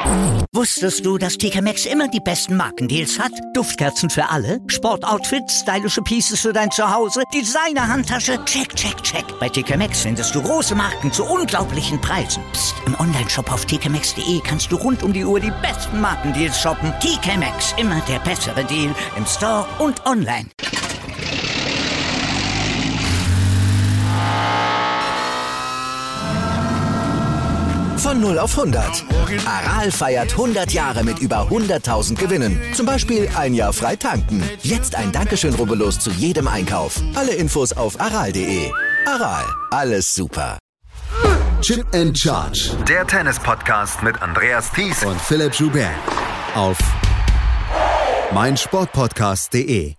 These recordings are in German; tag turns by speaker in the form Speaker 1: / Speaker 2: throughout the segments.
Speaker 1: Wusstest du, dass TK Maxx immer die besten Markendeals hat? Duftkerzen für alle, Sportoutfits, stylische Pieces für dein Zuhause, Designer-Handtasche, check, check, check. Bei TK Maxx findest du große Marken zu unglaublichen Preisen. Psst. Im Onlineshop auf tkmaxx.de kannst du rund um die Uhr die besten Markendeals shoppen. TK Maxx, immer der bessere Deal im Store und online.
Speaker 2: Von 0 auf 100. Aral feiert 100 Jahre mit über 100.000 Gewinnen. Zum Beispiel ein Jahr frei tanken. Jetzt ein Dankeschön, rubbellos zu jedem Einkauf. Alle Infos auf aral.de. Aral, alles super.
Speaker 3: Chip and Charge.
Speaker 4: Der Tennis-Podcast mit Andreas Thies
Speaker 3: und Philipp Joubert. Auf meinsportpodcast.de.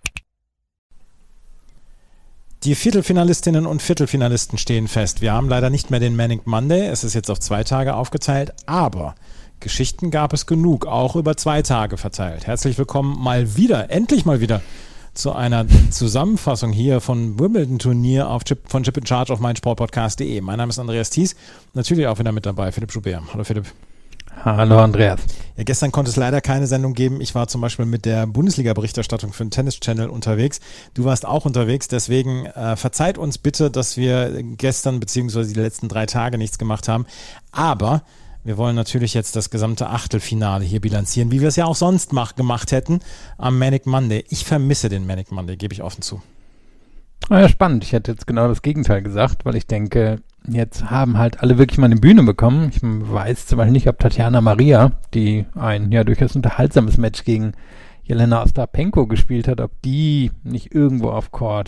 Speaker 5: Die Viertelfinalistinnen und Viertelfinalisten stehen fest. Wir haben leider nicht mehr den Manic Monday. Es ist jetzt auf 2 Tage aufgeteilt, aber Geschichten gab es genug, auch über 2 Tage verteilt. Herzlich willkommen endlich mal wieder zu einer Zusammenfassung hier von Wimbledon-Turnier von Chip in Charge auf meinsportpodcast.de. Mein Name ist Andreas Thies, natürlich auch wieder mit dabei, Philipp Joubert. Hallo Philipp.
Speaker 6: Hallo Andreas.
Speaker 5: Ja, gestern konnte es leider keine Sendung geben. Ich war zum Beispiel mit der Bundesliga-Berichterstattung für den Tennis-Channel unterwegs. Du warst auch unterwegs, deswegen verzeiht uns bitte, dass wir gestern bzw. die letzten 3 Tage nichts gemacht haben. Aber wir wollen natürlich jetzt das gesamte Achtelfinale hier bilanzieren, wie wir es ja auch sonst gemacht hätten am Manic Monday. Ich vermisse den Manic Monday, gebe ich offen zu.
Speaker 6: Ja, spannend. Ich hätte jetzt genau das Gegenteil gesagt, weil ich denke, jetzt haben halt alle wirklich mal eine Bühne bekommen. Ich weiß zum Beispiel nicht, ob Tatjana Maria, die ein ja durchaus unterhaltsames Match gegen Jelena Ostapenko gespielt hat, ob die nicht irgendwo auf Court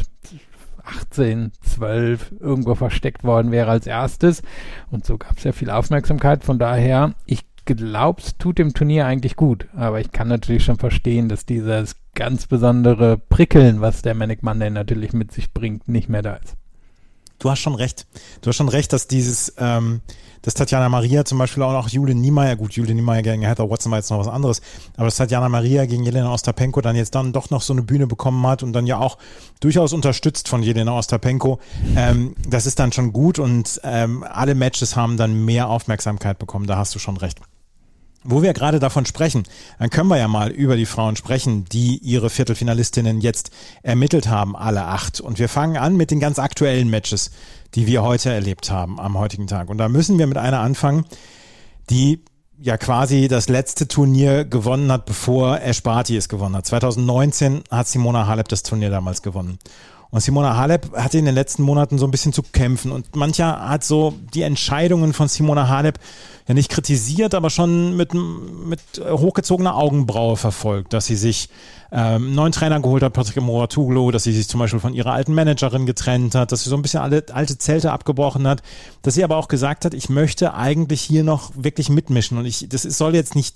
Speaker 6: 18, 12 irgendwo versteckt worden wäre als erstes. Und so gab es ja viel Aufmerksamkeit. Von daher, ich glaube, es tut dem Turnier eigentlich gut. Aber ich kann natürlich schon verstehen, dass dieses ganz besondere Prickeln, was der Manic Monday natürlich mit sich bringt, nicht mehr da ist.
Speaker 5: Du hast schon recht. Dass dass Tatjana Maria zum Beispiel auch noch Jule Niemeyer gegen Heather Watson war jetzt noch was anderes, aber dass Tatjana Maria gegen Jelena Ostapenko dann doch noch so eine Bühne bekommen hat und dann ja auch durchaus unterstützt von Jelena Ostapenko, das ist dann schon gut und alle Matches haben dann mehr Aufmerksamkeit bekommen, da hast du schon recht. Wo wir gerade davon sprechen, dann können wir ja mal über die Frauen sprechen, die ihre Viertelfinalistinnen jetzt ermittelt haben, alle 8. Und wir fangen an mit den ganz aktuellen Matches, die wir heute erlebt haben am heutigen Tag. Und da müssen wir mit einer anfangen, die ja quasi das letzte Turnier gewonnen hat, bevor Ash Barty es gewonnen hat. 2019 hat Simona Halep das Turnier damals gewonnen. Und Simona Halep hatte in den letzten Monaten so ein bisschen zu kämpfen und mancher hat so die Entscheidungen von Simona Halep ja nicht kritisiert, aber schon mit hochgezogener Augenbraue verfolgt, dass sie sich einen neuen Trainer geholt hat, Patrick Mouratoglou, dass sie sich zum Beispiel von ihrer alten Managerin getrennt hat, dass sie so ein bisschen alle alte Zelte abgebrochen hat, dass sie aber auch gesagt hat, ich möchte eigentlich hier noch wirklich mitmischen und soll jetzt nicht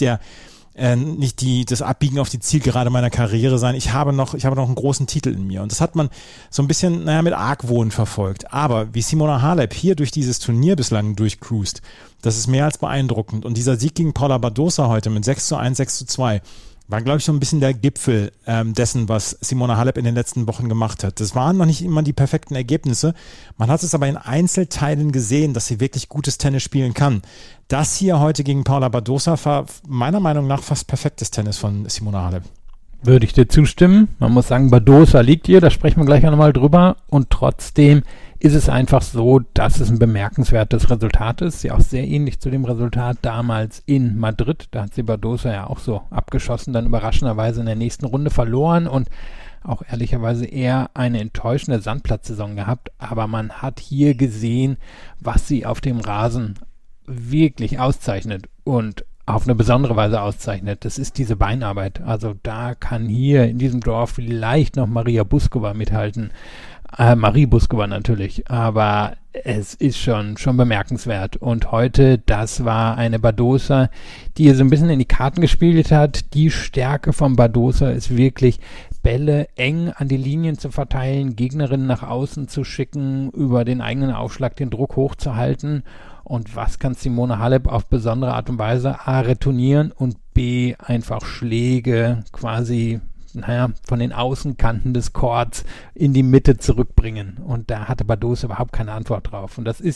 Speaker 5: das Abbiegen auf die Zielgerade meiner Karriere sein. Ich habe noch einen großen Titel in mir. Und das hat man so ein bisschen, mit Argwohn verfolgt. Aber wie Simona Halep hier durch dieses Turnier bislang durchcruist, das ist mehr als beeindruckend. Und dieser Sieg gegen Paula Badosa heute mit 6:1, 6:2 war, glaube ich, so ein bisschen der Gipfel dessen, was Simona Halep in den letzten Wochen gemacht hat. Das waren noch nicht immer die perfekten Ergebnisse. Man hat es aber in Einzelteilen gesehen, dass sie wirklich gutes Tennis spielen kann. Das hier heute gegen Paula Badosa war meiner Meinung nach fast perfektes Tennis von Simona Halep.
Speaker 6: Würde ich dir zustimmen. Man muss sagen, Badosa liegt ihr, da sprechen wir gleich auch nochmal drüber. Und trotzdem ist es einfach so, dass es ein bemerkenswertes Resultat ist. Ja, auch sehr ähnlich zu dem Resultat damals in Madrid. Da hat sie Badosa ja auch so abgeschossen, dann überraschenderweise in der nächsten Runde verloren und auch ehrlicherweise eher eine enttäuschende Sandplatzsaison gehabt. Aber man hat hier gesehen, was sie auf dem Rasen wirklich auszeichnet und auf eine besondere Weise auszeichnet. Das ist diese Beinarbeit. Also da kann hier in diesem Dorf vielleicht noch Maria Buskova mithalten. Marie Buskova natürlich, aber es ist schon bemerkenswert. Und heute, das war eine Badosa, die hier so ein bisschen in die Karten gespielt hat. Die Stärke von Badosa ist wirklich, Bälle eng an die Linien zu verteilen, Gegnerinnen nach außen zu schicken, über den eigenen Aufschlag den Druck hochzuhalten. Und was kann Simona Halep auf besondere Art und Weise? A, retournieren und B, einfach Schläge quasi von den Außenkanten des Courts in die Mitte zurückbringen. Und da hatte Badosa überhaupt keine Antwort drauf. Und das ist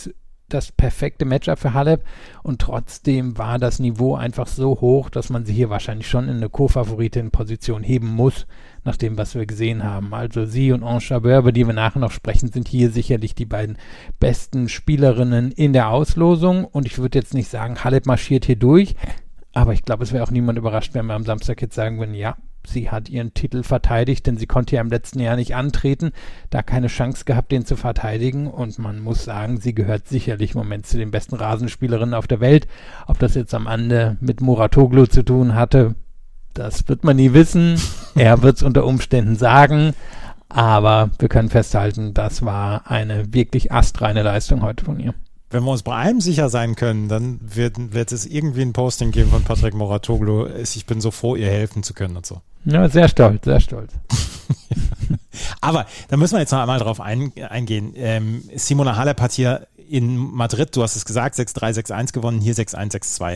Speaker 6: das perfekte Matchup für Halep und trotzdem war das Niveau einfach so hoch, dass man sie hier wahrscheinlich schon in eine Co-Favoritin-Position heben muss, nach dem, was wir gesehen haben. Also sie und Ons Jabeur, über die wir nachher noch sprechen, sind hier sicherlich die beiden besten Spielerinnen in der Auslosung und ich würde jetzt nicht sagen, Halep marschiert hier durch, aber ich glaube, es wäre auch niemand überrascht, wenn wir am Samstag jetzt sagen würden, ja, sie hat ihren Titel verteidigt, denn sie konnte ja im letzten Jahr nicht antreten, da keine Chance gehabt, den zu verteidigen und man muss sagen, sie gehört sicherlich im Moment zu den besten Rasenspielerinnen auf der Welt. Ob das jetzt am Ende mit Muratoglu zu tun hatte, das wird man nie wissen. Er wird es unter Umständen sagen, aber wir können festhalten, das war eine wirklich astreine Leistung heute von ihr.
Speaker 5: Wenn wir uns bei einem sicher sein können, dann wird es irgendwie ein Posting geben von Patrick Muratoglu. Ich bin so froh, ihr helfen zu können und so.
Speaker 6: Ja, sehr stolz, sehr stolz.
Speaker 5: Aber da müssen wir jetzt noch einmal drauf eingehen. Simona Halep hat hier in Madrid, du hast es gesagt, 6-3, 6-1 gewonnen, hier 6-1, 6-2.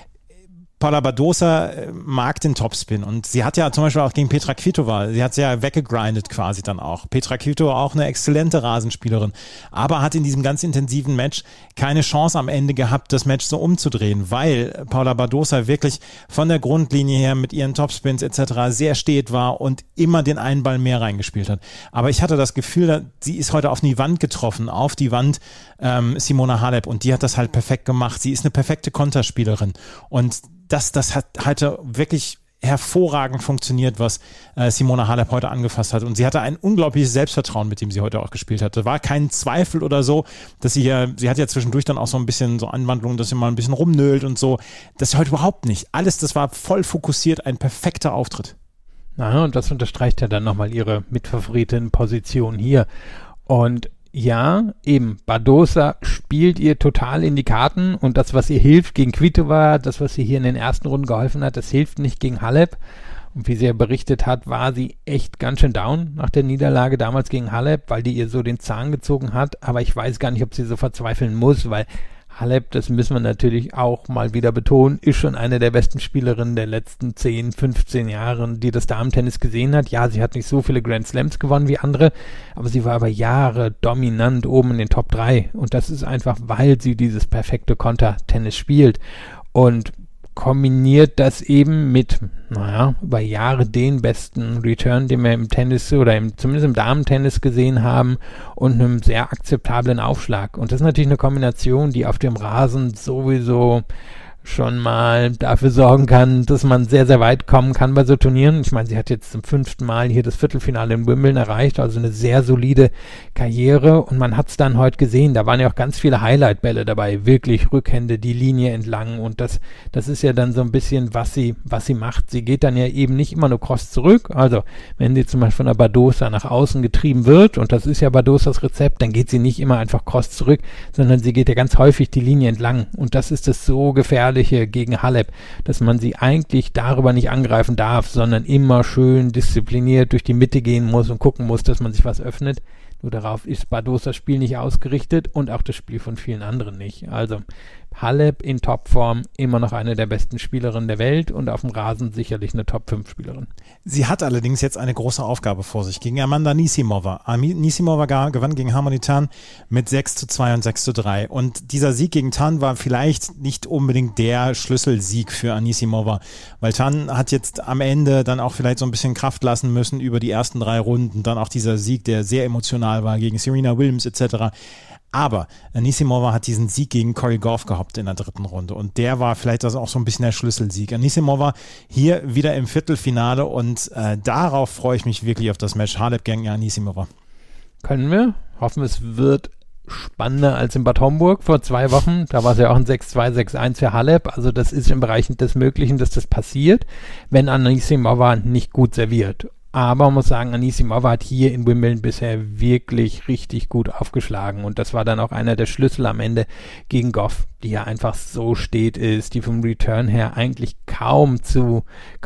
Speaker 5: Paula Badosa mag den Topspin und sie hat ja zum Beispiel auch gegen Petra Kvitova, sie hat sie ja weggegrindet quasi dann auch. Petra Kvitova auch eine exzellente Rasenspielerin, aber hat in diesem ganz intensiven Match keine Chance am Ende gehabt, das Match so umzudrehen, weil Paula Badosa wirklich von der Grundlinie her mit ihren Topspins etc. sehr steht war und immer den einen Ball mehr reingespielt hat. Aber ich hatte das Gefühl, sie ist heute auf die Wand getroffen, auf die Wand Simona Halep und die hat das halt perfekt gemacht. Sie ist eine perfekte Konterspielerin und das hat heute wirklich hervorragend funktioniert, was Simona Halep heute angefasst hat. Und sie hatte ein unglaubliches Selbstvertrauen, mit dem sie heute auch gespielt hatte. War kein Zweifel oder so, dass sie hat ja zwischendurch dann auch so ein bisschen so Anwandlungen, dass sie mal ein bisschen rumnölt und so. Das heute überhaupt nicht. Alles, das war voll fokussiert, ein perfekter Auftritt.
Speaker 6: Na, und das unterstreicht ja dann nochmal ihre Mitfavoritin-Position hier. Und ja, eben, Badosa spielt ihr total in die Karten und das, was ihr hilft gegen Kvitova, das, was ihr hier in den ersten Runden geholfen hat, das hilft nicht gegen Halep. Und wie sie ja berichtet hat, war sie echt ganz schön down nach der Niederlage damals gegen Halep, weil die ihr so den Zahn gezogen hat. Aber ich weiß gar nicht, ob sie so verzweifeln muss, weil Halep, das müssen wir natürlich auch mal wieder betonen, ist schon eine der besten Spielerinnen der letzten 10, 15 Jahren, die das Damen-Tennis gesehen hat. Ja, sie hat nicht so viele Grand Slams gewonnen wie andere, aber sie war über Jahre dominant oben in den Top 3 und das ist einfach, weil sie dieses perfekte Konter-Tennis spielt und kombiniert das eben mit, über Jahre den besten Return, den wir im Tennis oder zumindest im Damen-Tennis gesehen haben und einem sehr akzeptablen Aufschlag. Und das ist natürlich eine Kombination, die auf dem Rasen sowieso schon mal dafür sorgen kann, dass man sehr, sehr weit kommen kann bei so Turnieren. Ich meine, sie hat jetzt zum 5. Mal hier das Viertelfinale in Wimbledon erreicht, also eine sehr solide Karriere und man hat es dann heute gesehen, da waren ja auch ganz viele Highlight-Bälle dabei, wirklich Rückhände, die Linie entlang und das ist ja dann so ein bisschen, was sie macht. Sie geht dann ja eben nicht immer nur cross zurück, also wenn sie zum Beispiel von der Badosa nach außen getrieben wird und das ist ja Badosas Rezept, dann geht sie nicht immer einfach cross zurück, sondern sie geht ja ganz häufig die Linie entlang und das ist das so gefährlich gegen Halep, dass man sie eigentlich darüber nicht angreifen darf, sondern immer schön diszipliniert durch die Mitte gehen muss und gucken muss, dass man sich was öffnet. Nur darauf ist Badosas Spiel nicht ausgerichtet und auch das Spiel von vielen anderen nicht. Also Halep in Topform, immer noch eine der besten Spielerinnen der Welt und auf dem Rasen sicherlich eine Top-5-Spielerin.
Speaker 5: Sie hat allerdings jetzt eine große Aufgabe vor sich gegen Amanda Anisimova. Anisimova gewann gegen Harmony Tan mit 6-2 und 6-3 und dieser Sieg gegen Tan war vielleicht nicht unbedingt der Schlüsselsieg für Anisimova, weil Tan hat jetzt am Ende dann auch vielleicht so ein bisschen Kraft lassen müssen über die ersten 3 Runden, dann auch dieser Sieg, der sehr emotional war gegen Serena Williams etc. Aber Anisimova hat diesen Sieg gegen Cory Gauff gehabt in der 3. Runde und der war vielleicht also auch so ein bisschen der Schlüsselsieg. Anisimova hier wieder im Viertelfinale und darauf freue ich mich wirklich auf das Match Halep gegen Anisimova.
Speaker 6: Können wir? Hoffen, es wird spannender als in Bad Homburg vor 2 Wochen. Da war es ja auch ein 6-2, 6-1 für Halep. Also das ist im Bereich des Möglichen, dass das passiert, wenn Anisimova nicht gut serviert. Aber man muss sagen, Anisimova hat hier in Wimbledon bisher wirklich richtig gut aufgeschlagen und das war dann auch einer der Schlüssel am Ende gegen Gauff, die ja einfach so steht ist, die vom Return her eigentlich kaum zu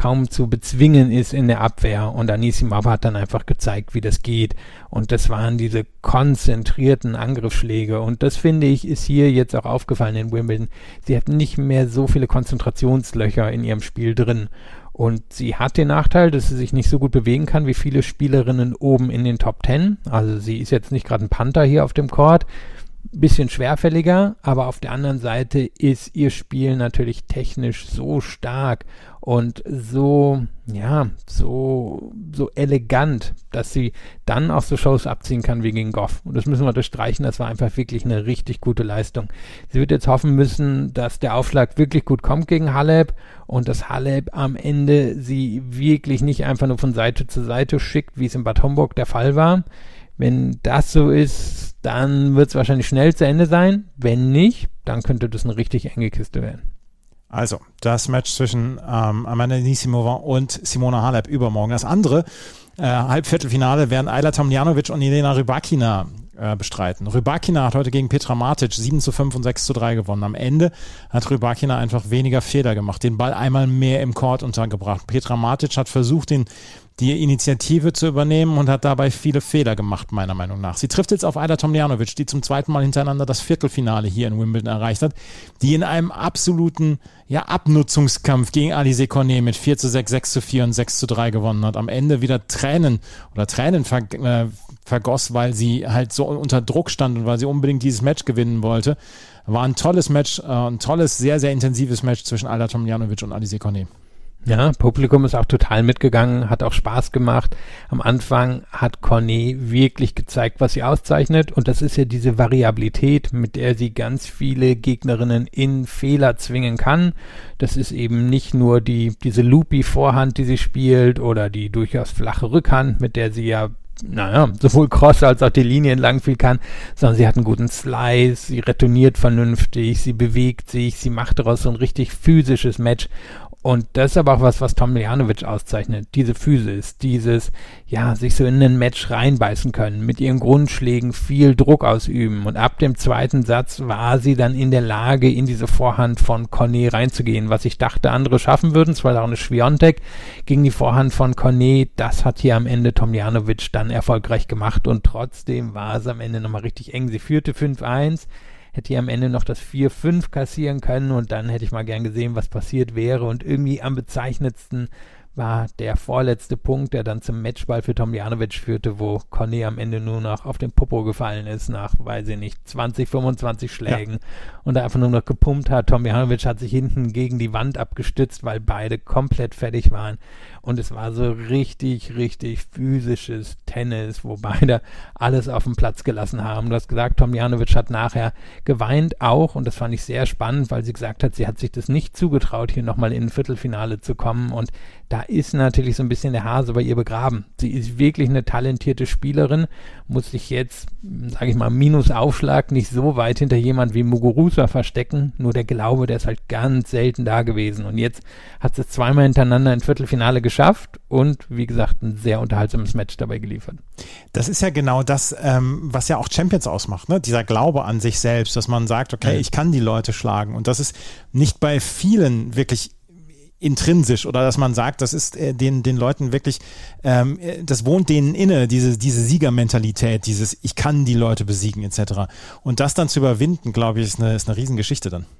Speaker 6: bezwingen ist in der Abwehr und Anisimova hat dann einfach gezeigt, wie das geht und das waren diese konzentrierten Angriffsschläge und das finde ich ist hier jetzt auch aufgefallen in Wimbledon. Sie hat nicht mehr so viele Konzentrationslöcher in ihrem Spiel drin. Und sie hat den Nachteil, dass sie sich nicht so gut bewegen kann wie viele Spielerinnen oben in den Top 10. Also sie ist jetzt nicht gerade ein Panther hier auf dem Court. bisschen schwerfälliger, aber auf der anderen Seite ist ihr Spiel natürlich technisch so stark und so elegant, dass sie dann auch so Shows abziehen kann wie gegen Goff. Und das müssen wir unterstreichen, das war einfach wirklich eine richtig gute Leistung. Sie wird jetzt hoffen müssen, dass der Aufschlag wirklich gut kommt gegen Halep und dass Halep am Ende sie wirklich nicht einfach nur von Seite zu Seite schickt, wie es in Bad Homburg der Fall war. Wenn das so ist, dann wird es wahrscheinlich schnell zu Ende sein. Wenn nicht, dann könnte das eine richtig enge Kiste werden.
Speaker 5: Also, das Match zwischen Amanda Anisimova und Simona Halep übermorgen. Das andere Halbviertelfinale werden Ajla Tomljanovic und Jelena Rybakina bestreiten. Rybakina hat heute gegen Petra Martic 7:5 und 6:3 gewonnen. Am Ende hat Rybakina einfach weniger Fehler gemacht, den Ball einmal mehr im Court untergebracht. Petra Martic hat versucht, die Initiative zu übernehmen und hat dabei viele Fehler gemacht, meiner Meinung nach. Sie trifft jetzt auf Ajla Tomljanovic, die zum zweiten Mal hintereinander das Viertelfinale hier in Wimbledon erreicht hat, die in einem absoluten Abnutzungskampf gegen Alizé Cornet mit 4:6, 6:4 und 6:3 gewonnen hat. Am Ende wieder Tränen vergoss, weil sie halt so unter Druck stand und weil sie unbedingt dieses Match gewinnen wollte. War ein tolles Match, ein tolles, sehr, sehr intensives Match zwischen Ajla Tomljanovic und Alizé Cornet.
Speaker 6: Ja, Publikum ist auch total mitgegangen, hat auch Spaß gemacht. Am Anfang hat Cornet wirklich gezeigt, was sie auszeichnet und das ist ja diese Variabilität, mit der sie ganz viele Gegnerinnen in Fehler zwingen kann. Das ist eben nicht nur diese loopy Vorhand, die sie spielt oder die durchaus flache Rückhand, mit der sie ja sowohl Cross als auch die Linie entlang viel kann, sondern sie hat einen guten Slice, sie retourniert vernünftig, sie bewegt sich, sie macht daraus so ein richtig physisches Match. Und das ist aber auch was Tomljanovic auszeichnet, diese Physis, dieses, sich so in ein Match reinbeißen können, mit ihren Grundschlägen viel Druck ausüben und ab dem zweiten Satz war sie dann in der Lage, in diese Vorhand von Cornet reinzugehen, was ich dachte, andere schaffen würden, es war auch eine Swiatek gegen die Vorhand von Cornet, das hat hier am Ende Tomljanovic dann erfolgreich gemacht und trotzdem war es am Ende nochmal richtig eng, sie führte 5:1, hätte hier am Ende noch das 4:5 kassieren können und dann hätte ich mal gern gesehen, was passiert wäre und irgendwie am bezeichnetsten war der vorletzte Punkt, der dann zum Matchball für Tomljanovic führte, wo Cornet am Ende nur noch auf den Popo gefallen ist nach, 20, 25 Schlägen und da einfach nur noch gepumpt hat. Tomljanovic hat sich hinten gegen die Wand abgestützt, weil beide komplett fertig waren und es war so richtig, richtig physisches Tennis, wo beide alles auf den Platz gelassen haben. Du hast gesagt, Tomljanovic hat nachher geweint auch und das fand ich sehr spannend, weil sie gesagt hat, sie hat sich das nicht zugetraut, hier nochmal in ein Viertelfinale zu kommen und da ist natürlich so ein bisschen der Hase bei ihr begraben. Sie ist wirklich eine talentierte Spielerin, muss sich jetzt, sage ich mal, minus Aufschlag nicht so weit hinter jemand wie Muguruza verstecken, nur der Glaube, der ist halt ganz selten da gewesen und jetzt hat sie es zweimal hintereinander ins Viertelfinale geschafft und wie gesagt, ein sehr unterhaltsames Match dabei geliefert.
Speaker 5: Das ist ja genau das, was ja auch Champions ausmacht, ne? Dieser Glaube an sich selbst, dass man sagt, okay, ich kann die Leute schlagen und das ist nicht bei vielen wirklich intrinsisch oder dass man sagt, das ist den Leuten wirklich, das wohnt denen inne, diese Siegermentalität, dieses ich kann die Leute besiegen etc. Und das dann zu überwinden, glaube ich, ist eine Riesengeschichte dann.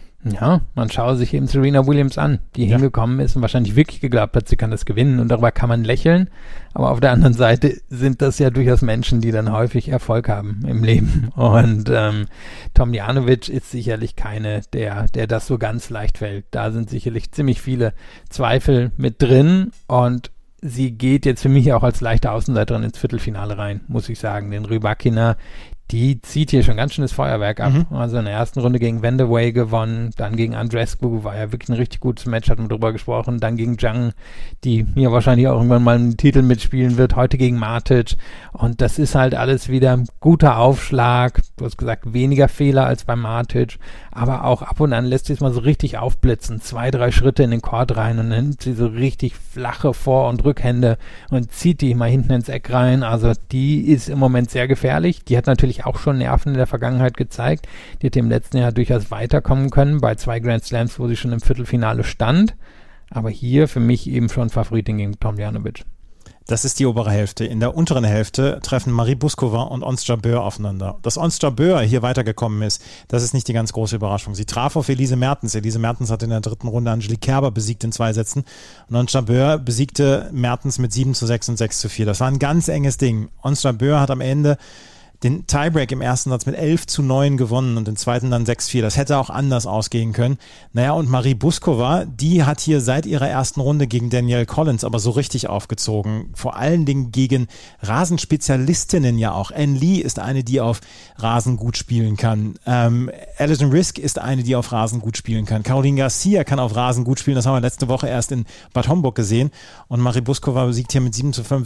Speaker 6: Ja, man schaue sich eben Serena Williams an, die hingekommen ist und wahrscheinlich wirklich geglaubt hat, sie kann das gewinnen und darüber kann man lächeln, aber auf der anderen Seite sind das ja durchaus Menschen, die dann häufig Erfolg haben im Leben und Tomljanovic ist sicherlich keine, der das so ganz leicht fällt. Da sind sicherlich ziemlich viele Zweifel mit drin und sie geht jetzt für mich auch als leichte Außenseiterin ins Viertelfinale rein, muss ich sagen, denn Rybakina, die zieht hier schon ganz schön das Feuerwerk ab. Also in der ersten Runde gegen Vandeweghe gewonnen, dann gegen Andreescu, war ja wirklich ein richtig gutes Match, hatten wir drüber gesprochen, dann gegen Zhang, die hier wahrscheinlich auch irgendwann mal einen Titel mitspielen wird, heute gegen Martic und das ist halt alles wieder ein guter Aufschlag, du hast gesagt, weniger Fehler als bei Martic, aber auch ab und an lässt sie es mal so richtig aufblitzen, 2-3 Schritte in den Court rein und dann nimmt sie so richtig flache Vor- und Rückhände und zieht die mal hinten ins Eck rein, also die ist im Moment sehr gefährlich, die hat natürlich auch schon Nerven in der Vergangenheit gezeigt. Die hätte im letzten Jahr durchaus weiterkommen können bei 2 Grand Slams, wo sie schon im Viertelfinale stand. Aber hier für mich eben schon Favoritin gegen Tomljanovic.
Speaker 5: Das ist die obere Hälfte. In der unteren Hälfte treffen Marie Bouzkova und Ons Jabeur aufeinander. Dass Ons Jabeur hier weitergekommen ist, das ist nicht die ganz große Überraschung. Sie traf auf Elise Mertens. Elise Mertens hat in der dritten Runde Angelique Kerber besiegt in 2 Sätzen. Und Ons Jabeur besiegte Mertens mit 7:6 und 6:4. Das war ein ganz enges Ding. Ons Jabeur hat am Ende den Tiebreak im ersten Satz mit 11-9 gewonnen und den zweiten dann 6-4. Das hätte auch anders ausgehen können. Naja, und Marie Buskova, die hat hier seit ihrer ersten Runde gegen Danielle Collins aber so richtig aufgezogen. Vor allen Dingen gegen Rasenspezialistinnen ja auch. Ann Lee ist eine, die auf Rasen gut spielen kann. Alison Risk ist eine, die auf Rasen gut spielen kann. Caroline Garcia kann auf Rasen gut spielen. Das haben wir letzte Woche erst in Bad Homburg gesehen. Und Marie Buskova besiegt hier mit 7-5,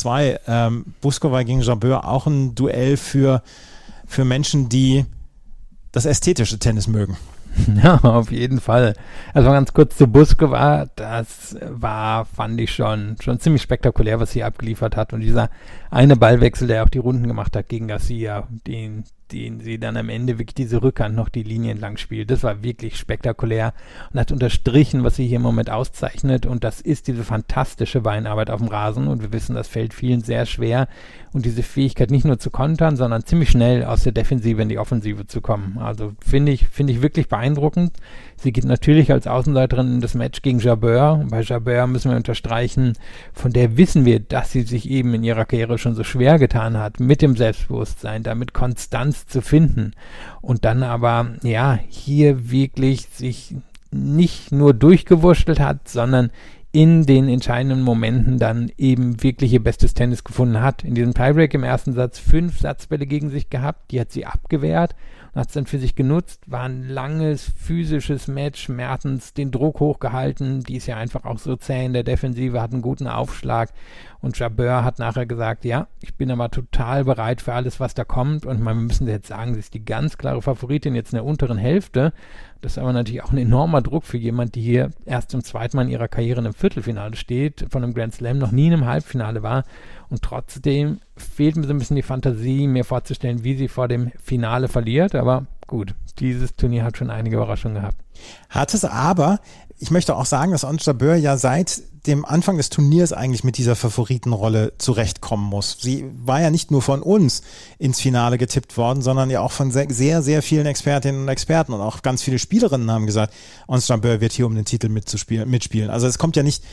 Speaker 5: 6-2. Buskova gegen Jabeur, auch ein Duell für Menschen, die das ästhetische Tennis mögen.
Speaker 6: Ja, auf jeden Fall. Also ganz kurz zu Buskova, das war, fand ich schon ziemlich spektakulär, was sie abgeliefert hat. Und dieser eine Ballwechsel, der auch die Runden gemacht hat gegen Garcia, den sie dann am Ende wirklich diese Rückhand noch die Linie entlang spielt, das war wirklich spektakulär und hat unterstrichen, was sie hier im Moment auszeichnet, und das ist diese fantastische Beinarbeit auf dem Rasen, und wir wissen, das fällt vielen sehr schwer, und diese Fähigkeit nicht nur zu kontern, sondern ziemlich schnell aus der Defensive in die Offensive zu kommen. Also finde ich wirklich beeindruckend. Sie geht natürlich als Außenseiterin in das Match gegen Jabeur, und bei Jabeur müssen wir unterstreichen, von der wissen wir, dass sie sich eben in ihrer Karriere schon so schwer getan hat, mit dem Selbstbewusstsein, damit Konstanz zu finden, und dann aber, ja, hier wirklich sich nicht nur durchgewurschtelt hat, sondern in den entscheidenden Momenten dann eben wirklich ihr bestes Tennis gefunden hat. In diesem Tiebreak im ersten Satz 5 Satzbälle gegen sich gehabt, die hat sie abgewehrt und hat es dann für sich genutzt, war ein langes physisches Match, Mertens den Druck hochgehalten, die ist ja einfach auch so zäh in der Defensive, hat einen guten Aufschlag, und Jabeur hat nachher gesagt, ja, ich bin aber total bereit für alles, was da kommt, und wir müssen jetzt sagen, sie ist die ganz klare Favoritin jetzt in der unteren Hälfte. Das ist aber natürlich auch ein enormer Druck für jemand, die hier erst zum zweiten Mal in ihrer Karriere in einem Viertelfinale steht, von einem Grand Slam noch nie in einem Halbfinale war, und trotzdem fehlt mir so ein bisschen die Fantasie, mir vorzustellen, wie sie vor dem Finale verliert, aber gut, dieses Turnier hat schon einige Überraschungen gehabt.
Speaker 5: Hat es aber, ich möchte auch sagen, dass Ons Jabeur ja seit dem Anfang des Turniers eigentlich mit dieser Favoritenrolle zurechtkommen muss. Sie war ja nicht nur von uns ins Finale getippt worden, sondern ja auch von sehr, sehr vielen Expertinnen und Experten, und auch ganz viele Spielerinnen haben gesagt, Ons Jabeur wird hier um den Titel mitspielen. Also es kommt ja nicht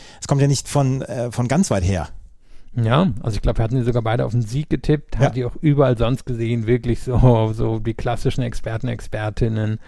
Speaker 5: von ganz weit her.
Speaker 6: Ja, also ich glaube, wir hatten die sogar beide auf den Sieg getippt, hat die auch überall sonst gesehen, wirklich so die klassischen Expertinnen.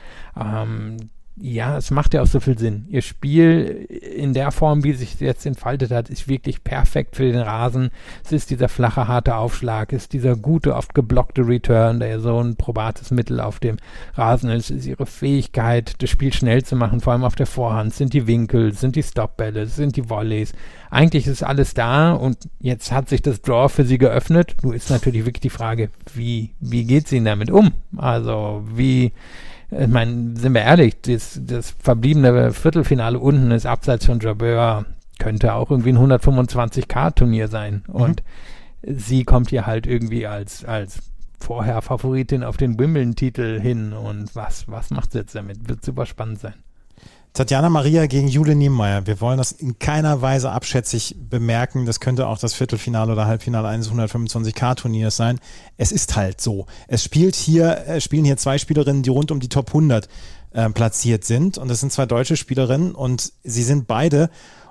Speaker 6: Ja, es macht ja auch so viel Sinn. Ihr Spiel in der Form, wie es sich jetzt entfaltet hat, ist wirklich perfekt für den Rasen. Es ist dieser flache, harte Aufschlag, es ist dieser gute, oft geblockte Return, der ja so ein probates Mittel auf dem Rasen ist. Es ist ihre Fähigkeit, das Spiel schnell zu machen, vor allem auf der Vorhand. Es sind die Winkel, es sind die Stopbälle, es sind die Volleys. Eigentlich ist alles da, und jetzt hat sich das Draw für sie geöffnet. Nur ist natürlich wirklich die Frage, wie geht sie damit um? Also ich meine, sind wir ehrlich, das verbliebene Viertelfinale unten ist abseits von Jabeur, könnte auch irgendwie ein 125k-Turnier sein. Und sie kommt hier halt irgendwie als vorher Favoritin auf den Wimbledon-Titel hin. Und was macht sie jetzt damit? Wird super spannend sein.
Speaker 5: Tatjana Maria gegen Jule Niemeyer. Wir wollen das in keiner Weise abschätzig bemerken. Das könnte auch das Viertelfinale oder Halbfinale eines 125k-Turniers sein. Es ist halt so. Spielen hier zwei Spielerinnen, die rund um die Top 100 platziert sind. Und das sind zwei deutsche Spielerinnen, und sie sind beide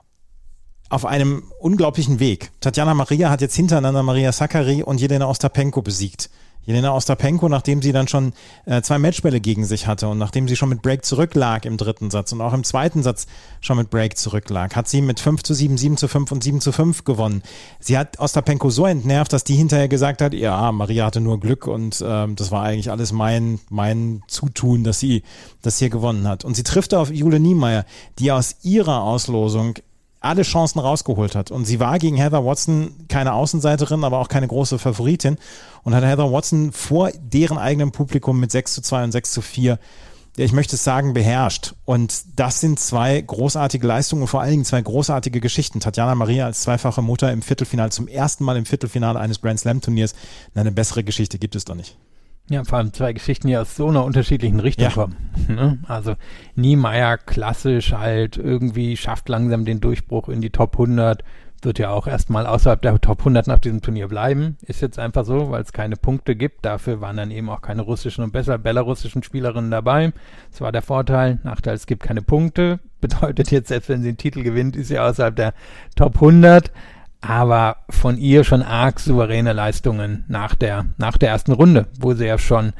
Speaker 5: auf einem unglaublichen Weg. Tatjana Maria hat jetzt hintereinander Maria Sakkari und Jelena Ostapenko besiegt. Jelena Ostapenko, nachdem sie dann schon 2 Matchbälle gegen sich hatte und nachdem sie schon mit Break zurücklag im dritten Satz und auch im zweiten Satz schon mit Break zurücklag, hat sie mit 5-7, 7-5 und 7-5 gewonnen. Sie hat Ostapenko so entnervt, dass die hinterher gesagt hat, ja, Maria hatte nur Glück, und das war eigentlich alles mein Zutun, dass sie das hier gewonnen hat. Und sie trifft auf Jule Niemeyer, die aus ihrer Auslosung alle Chancen rausgeholt hat. Und sie war gegen Heather Watson keine Außenseiterin, aber auch keine große Favoritin, und hat Heather Watson vor deren eigenem Publikum mit 6-2 und 6-4, ich möchte es sagen, beherrscht. Und das sind 2 großartige Leistungen und vor allen Dingen 2 großartige Geschichten. Tatjana Maria als zweifache Mutter im Viertelfinale, zum ersten Mal im Viertelfinale eines Grand Slam Turniers. Eine bessere Geschichte gibt es doch nicht.
Speaker 6: Ja, vor allem 2 Geschichten, die aus so einer unterschiedlichen Richtung kommen. Also Niemeyer klassisch halt irgendwie schafft langsam den Durchbruch in die Top 100, wird ja auch erstmal außerhalb der Top 100 nach diesem Turnier bleiben. Ist jetzt einfach so, weil es keine Punkte gibt. Dafür waren dann eben auch keine russischen und belarussischen Spielerinnen dabei. Das war der Vorteil. Nachteil, es gibt keine Punkte. Bedeutet jetzt, selbst wenn sie einen Titel gewinnt, ist sie außerhalb der Top 100. aber von ihr schon arg souveräne Leistungen nach der ersten Runde, wo sie ja schon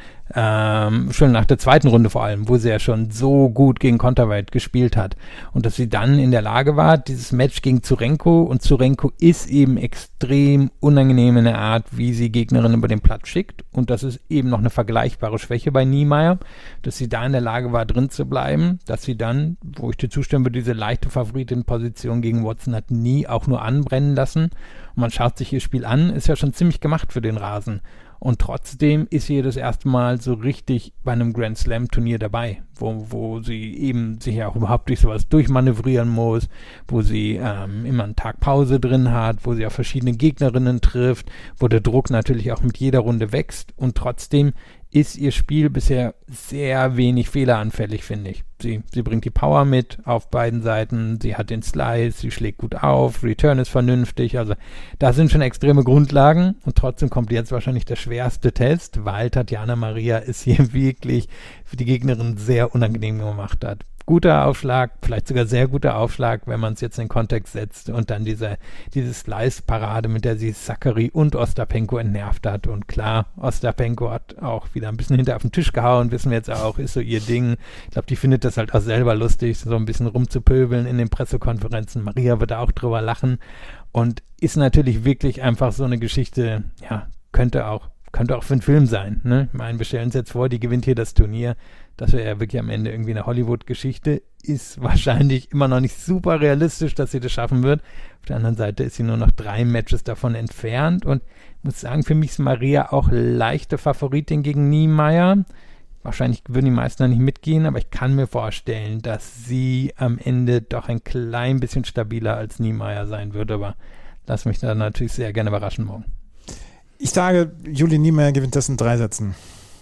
Speaker 6: nach der zweiten Runde vor allem, wo sie ja schon so gut gegen Konterweight gespielt hat. Und dass sie dann in der Lage war, dieses Match gegen Zurenko, und Zurenko ist eben extrem unangenehm in der Art, wie sie Gegnerinnen über den Platz schickt. Und das ist eben noch eine vergleichbare Schwäche bei Niemeyer, dass sie da in der Lage war, drin zu bleiben, dass sie dann, wo ich dir zustimme, diese leichte Favoritin-Position gegen Watson hat nie auch nur anbrennen lassen. Und man schaut sich ihr Spiel an, ist ja schon ziemlich gemacht für den Rasen. Und trotzdem ist sie das erste Mal so richtig bei einem Grand Slam Turnier dabei, wo sie eben sich ja auch überhaupt durch sowas durchmanövrieren muss, wo sie immer einen Tag Pause drin hat, wo sie auf verschiedene Gegnerinnen trifft, wo der Druck natürlich auch mit jeder Runde wächst, und trotzdem ist ihr Spiel bisher sehr wenig fehleranfällig, finde ich. Sie bringt die Power mit auf beiden Seiten, sie hat den Slice, sie schlägt gut auf, Return ist vernünftig, also da sind schon extreme Grundlagen, und trotzdem kommt jetzt wahrscheinlich der schwerste Test, weil Tatjana Maria es hier wirklich für die Gegnerin sehr unangenehm gemacht hat. Guter Aufschlag, vielleicht sogar sehr guter Aufschlag, wenn man es jetzt in den Kontext setzt, und dann diese Slice-Parade, mit der sie Sakkari und Ostapenko entnervt hat. Und klar, Ostapenko hat auch wieder ein bisschen hinter auf den Tisch gehauen, wissen wir jetzt auch, ist so ihr Ding. Ich glaube, die findet das halt auch selber lustig, so ein bisschen rumzupöbeln in den Pressekonferenzen. Maria wird da auch drüber lachen und ist natürlich wirklich einfach so eine Geschichte, ja, könnte auch für einen Film sein, ne? Ich meine, wir stellen uns jetzt vor, die gewinnt hier das Turnier. Das wäre ja wirklich am Ende irgendwie eine Hollywood-Geschichte. Ist wahrscheinlich immer noch nicht super realistisch, dass sie das schaffen wird. Auf der anderen Seite ist sie nur noch 3 Matches davon entfernt. Und ich muss sagen, für mich ist Maria auch leichte Favoritin gegen Niemeyer. Wahrscheinlich würden die meisten da nicht mitgehen, aber ich kann mir vorstellen, dass sie am Ende doch ein klein bisschen stabiler als Niemeyer sein wird. Aber lass mich da natürlich sehr gerne überraschen morgen.
Speaker 5: Ich sage, Juli Niemeyer gewinnt das in 3 Sätzen.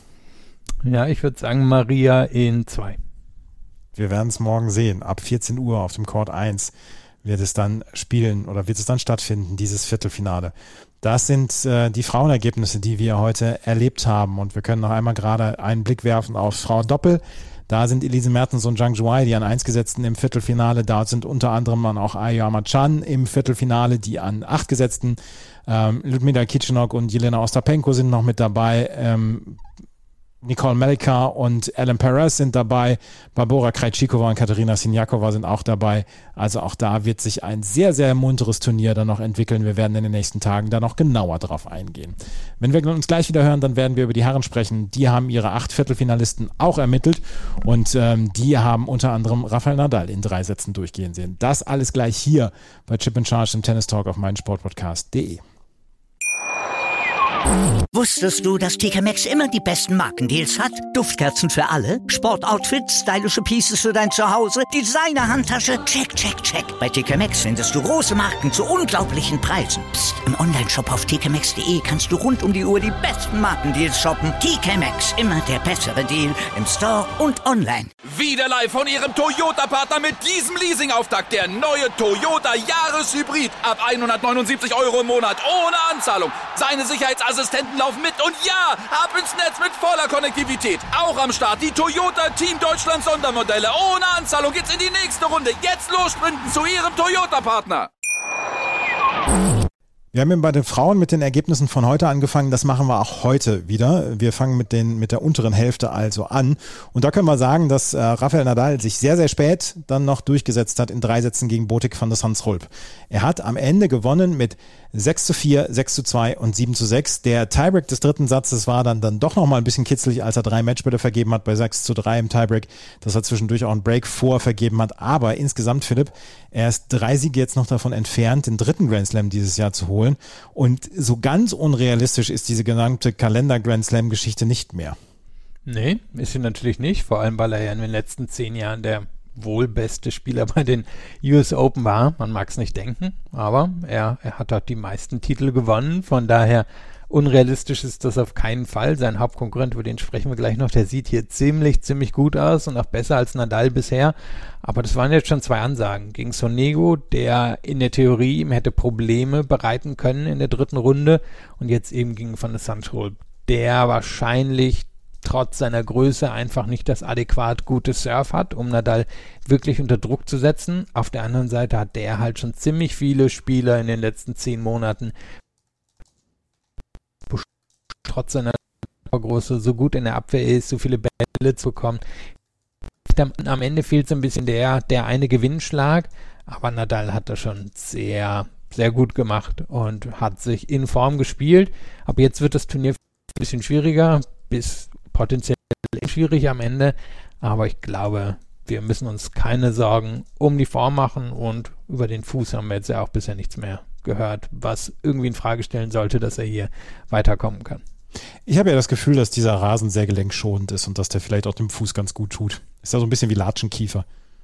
Speaker 6: Ja, ich würde sagen, Maria in 2.
Speaker 5: Wir werden es morgen sehen. Ab 14 Uhr auf dem Court 1 wird es dann stattfinden, dieses Viertelfinale. Das sind die Frauenergebnisse, die wir heute erlebt haben. Und wir können noch einmal gerade einen Blick werfen auf Frauendoppel. Da sind Elise Mertens und Zhang Zhuai, die an 1 gesetzten im Viertelfinale. Da sind unter anderem dann auch Ayama Chan im Viertelfinale, die an 8 gesetzten. Ludmila Kichenok und Jelena Ostapenko sind noch mit dabei. Nicole Melika und Ellen Perez sind dabei. Barbora Krejcikova und Katerina Siniakova sind auch dabei. Also auch da wird sich ein sehr, sehr munteres Turnier dann noch entwickeln. Wir werden in den nächsten Tagen da noch genauer drauf eingehen. Wenn wir uns gleich wieder hören, dann werden wir über die Herren sprechen. Die haben ihre 8 Viertelfinalisten auch ermittelt und die haben unter anderem Rafael Nadal in 3 Sätzen durchgehen sehen. Das alles gleich hier bei Chip and Charge im Tennis Talk auf meinsportpodcast.de.
Speaker 1: Wusstest du, dass TK Maxx immer die besten Markendeals hat? Duftkerzen für alle, Sportoutfits, stylische Pieces für dein Zuhause, Designer-Handtasche, check, check, check. Bei TK Maxx findest du große Marken zu unglaublichen Preisen. Psst. Im Onlineshop auf tkmaxx.de kannst du rund um die Uhr die besten Markendeals shoppen. TK Maxx, immer der bessere Deal im Store und online.
Speaker 7: Wieder live von Ihrem Toyota-Partner mit diesem Leasing-Auftakt. Der neue Toyota Jahreshybrid. Ab 179 € im Monat. Ohne Anzahlung. Seine Sicherheitsassistenten laufen mit. Und ja, ab ins Netz mit voller Konnektivität. Auch am Start die Toyota Team Deutschland Sondermodelle. Ohne Anzahlung geht's in die nächste Runde. Jetzt los sprinten zu Ihrem Toyota-Partner.
Speaker 5: Wir haben bei den Frauen mit den Ergebnissen von heute angefangen, das machen wir auch heute wieder. Wir fangen mit der unteren Hälfte also an. Und da können wir sagen, dass Rafael Nadal sich sehr, sehr spät dann noch durchgesetzt hat in 3 Sätzen gegen Botic van der Zandschulp. Er hat am Ende gewonnen mit 6:4, 6:2 und 7:6. Der Tiebreak des 3. Satzes war dann doch nochmal ein bisschen kitzelig, als er 3 Matchbälle vergeben hat bei 6:3 im Tiebreak, dass er zwischendurch auch einen Break vergeben hat. Aber insgesamt, Philipp, er ist 3 Siege jetzt noch davon entfernt, den 3. Grand Slam dieses Jahr zu holen. Und so ganz unrealistisch ist diese genannte Kalender-Grand Slam-Geschichte nicht mehr. Nee, ist sie natürlich nicht. Vor allem, weil er ja in den letzten 10 Jahren der wohl beste Spieler bei den US Open war. Man mag es nicht denken, aber er hat dort die meisten Titel gewonnen. Von daher unrealistisch ist das auf keinen Fall. Sein Hauptkonkurrent, über den sprechen wir gleich noch, der sieht hier ziemlich gut aus und auch besser als Nadal bisher. Aber das waren jetzt schon 2 Ansagen. Gegen Sonego, der in der Theorie ihm hätte Probleme bereiten können in der 3. Runde, und jetzt eben gegen Van der Zandschulp, der wahrscheinlich
Speaker 6: trotz seiner Größe einfach nicht das adäquat gute Serve hat, um Nadal wirklich unter Druck zu setzen. Auf der anderen Seite hat der halt schon ziemlich viele Spieler in den letzten 10 Monaten trotz seiner Größe so gut in der Abwehr ist, so viele Bälle zu bekommen. Am Ende fehlt so ein bisschen der eine Gewinnschlag, aber Nadal hat das schon sehr, sehr gut gemacht und hat sich in Form gespielt. Aber jetzt wird das Turnier ein bisschen schwieriger, bis potenziell schwierig am Ende, aber ich glaube, wir müssen uns keine Sorgen um die Form machen und über den Fuß haben wir jetzt ja auch bisher nichts mehr gehört, was irgendwie in Frage stellen sollte, dass er hier weiterkommen kann.
Speaker 5: Ich habe ja das Gefühl, dass dieser Rasen sehr gelenkschonend ist und dass der vielleicht auch dem Fuß ganz gut tut. Ist ja so ein bisschen wie Latschenkiefer.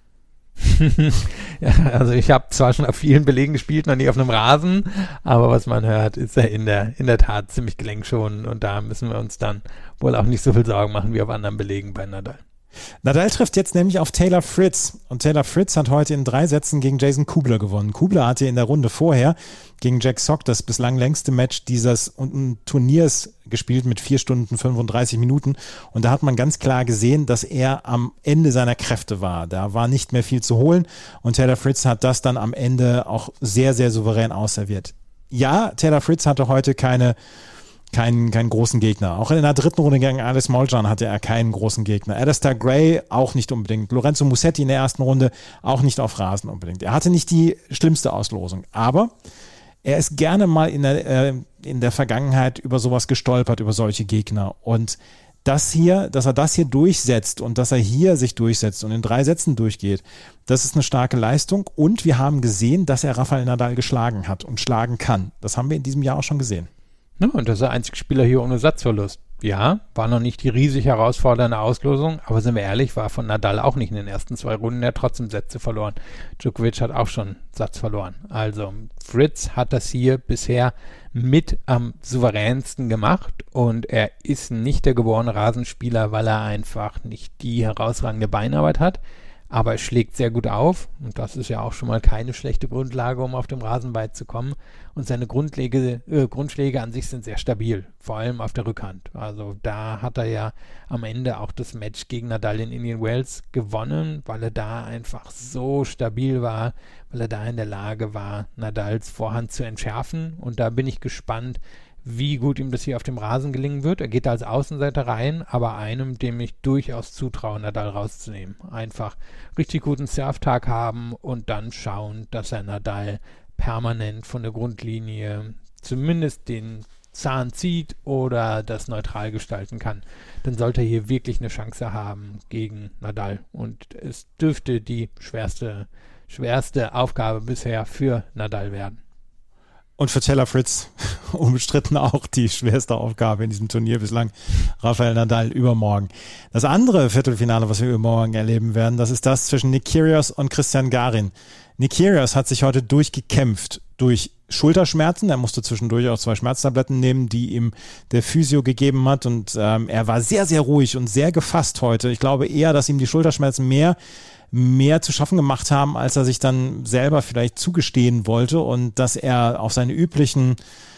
Speaker 6: Ja, also ich habe zwar schon auf vielen Belegen gespielt, noch nie auf einem Rasen, aber was man hört, ist er in der Tat ziemlich gelenkschonend und da müssen wir uns dann wohl auch nicht so viel Sorgen machen wie auf anderen Belegen bei Nadal.
Speaker 5: Nadal trifft jetzt nämlich auf Taylor Fritz und Taylor Fritz hat heute in 3 Sätzen gegen Jason Kubler gewonnen. Kubler hatte in der Runde vorher gegen Jack Sock das bislang längste Match dieses Turniers gespielt mit 4 Stunden 35 Minuten und da hat man ganz klar gesehen, dass er am Ende seiner Kräfte war. Da war nicht mehr viel zu holen und Taylor Fritz hat das dann am Ende auch sehr, sehr souverän ausserviert. Ja, Taylor Fritz hatte heute keinen großen Gegner. Auch in der 3. Runde gegen Ales Molcan hatte er keinen großen Gegner. Alistair Gray auch nicht unbedingt. Lorenzo Musetti in der 1. Runde auch nicht auf Rasen unbedingt. Er hatte nicht die schlimmste Auslosung, aber er ist gerne mal in der Vergangenheit über sowas gestolpert, über solche Gegner. Und dass er das hier durchsetzt und dass er hier sich durchsetzt und in 3 Sätzen durchgeht, das ist eine starke Leistung. Und wir haben gesehen, dass er Rafael Nadal geschlagen hat und schlagen kann. Das haben wir in diesem Jahr auch schon gesehen.
Speaker 6: Ja, und das ist der einzige Spieler hier ohne Satzverlust. Ja, war noch nicht die riesig herausfordernde Auslosung, aber sind wir ehrlich, war von Nadal auch nicht in den ersten 2 Runden, er hat trotzdem Sätze verloren. Djokovic hat auch schon Satz verloren. Also Fritz hat das hier bisher mit am souveränsten gemacht und er ist nicht der geborene Rasenspieler, weil er einfach nicht die herausragende Beinarbeit hat. Aber er schlägt sehr gut auf und das ist ja auch schon mal keine schlechte Grundlage, um auf dem Rasen weit zu kommen. Und seine Grundschläge an sich sind sehr stabil, vor allem auf der Rückhand. Also da hat er ja am Ende auch das Match gegen Nadal in Indian Wells gewonnen, weil er da einfach so stabil war, weil er da in der Lage war, Nadals Vorhand zu entschärfen. Und da bin ich gespannt, wie gut ihm das hier auf dem Rasen gelingen wird. Er geht da als Außenseiter rein, aber einem, dem ich durchaus zutraue, Nadal rauszunehmen. Einfach richtig guten Serve-Tag haben und dann schauen, dass er Nadal permanent von der Grundlinie zumindest den Zahn zieht oder das neutral gestalten kann. Dann sollte er hier wirklich eine Chance haben gegen Nadal. Und es dürfte die schwerste Aufgabe bisher für Nadal werden.
Speaker 5: Und für Taylor Fritz unbestritten auch die schwerste Aufgabe in diesem Turnier bislang. Rafael Nadal übermorgen. Das andere Viertelfinale, was wir übermorgen erleben werden, das ist das zwischen Nick Kyrgios und Christian Garin. Nick Kyrgios hat sich heute durchgekämpft durch Schulterschmerzen. Er musste zwischendurch auch 2 Schmerztabletten nehmen, die ihm der Physio gegeben hat. Und er war sehr, sehr ruhig und sehr gefasst heute. Ich glaube eher, dass ihm die Schulterschmerzen mehr zu schaffen gemacht haben, als er sich dann selber vielleicht zugestehen wollte und dass er auf seine üblichen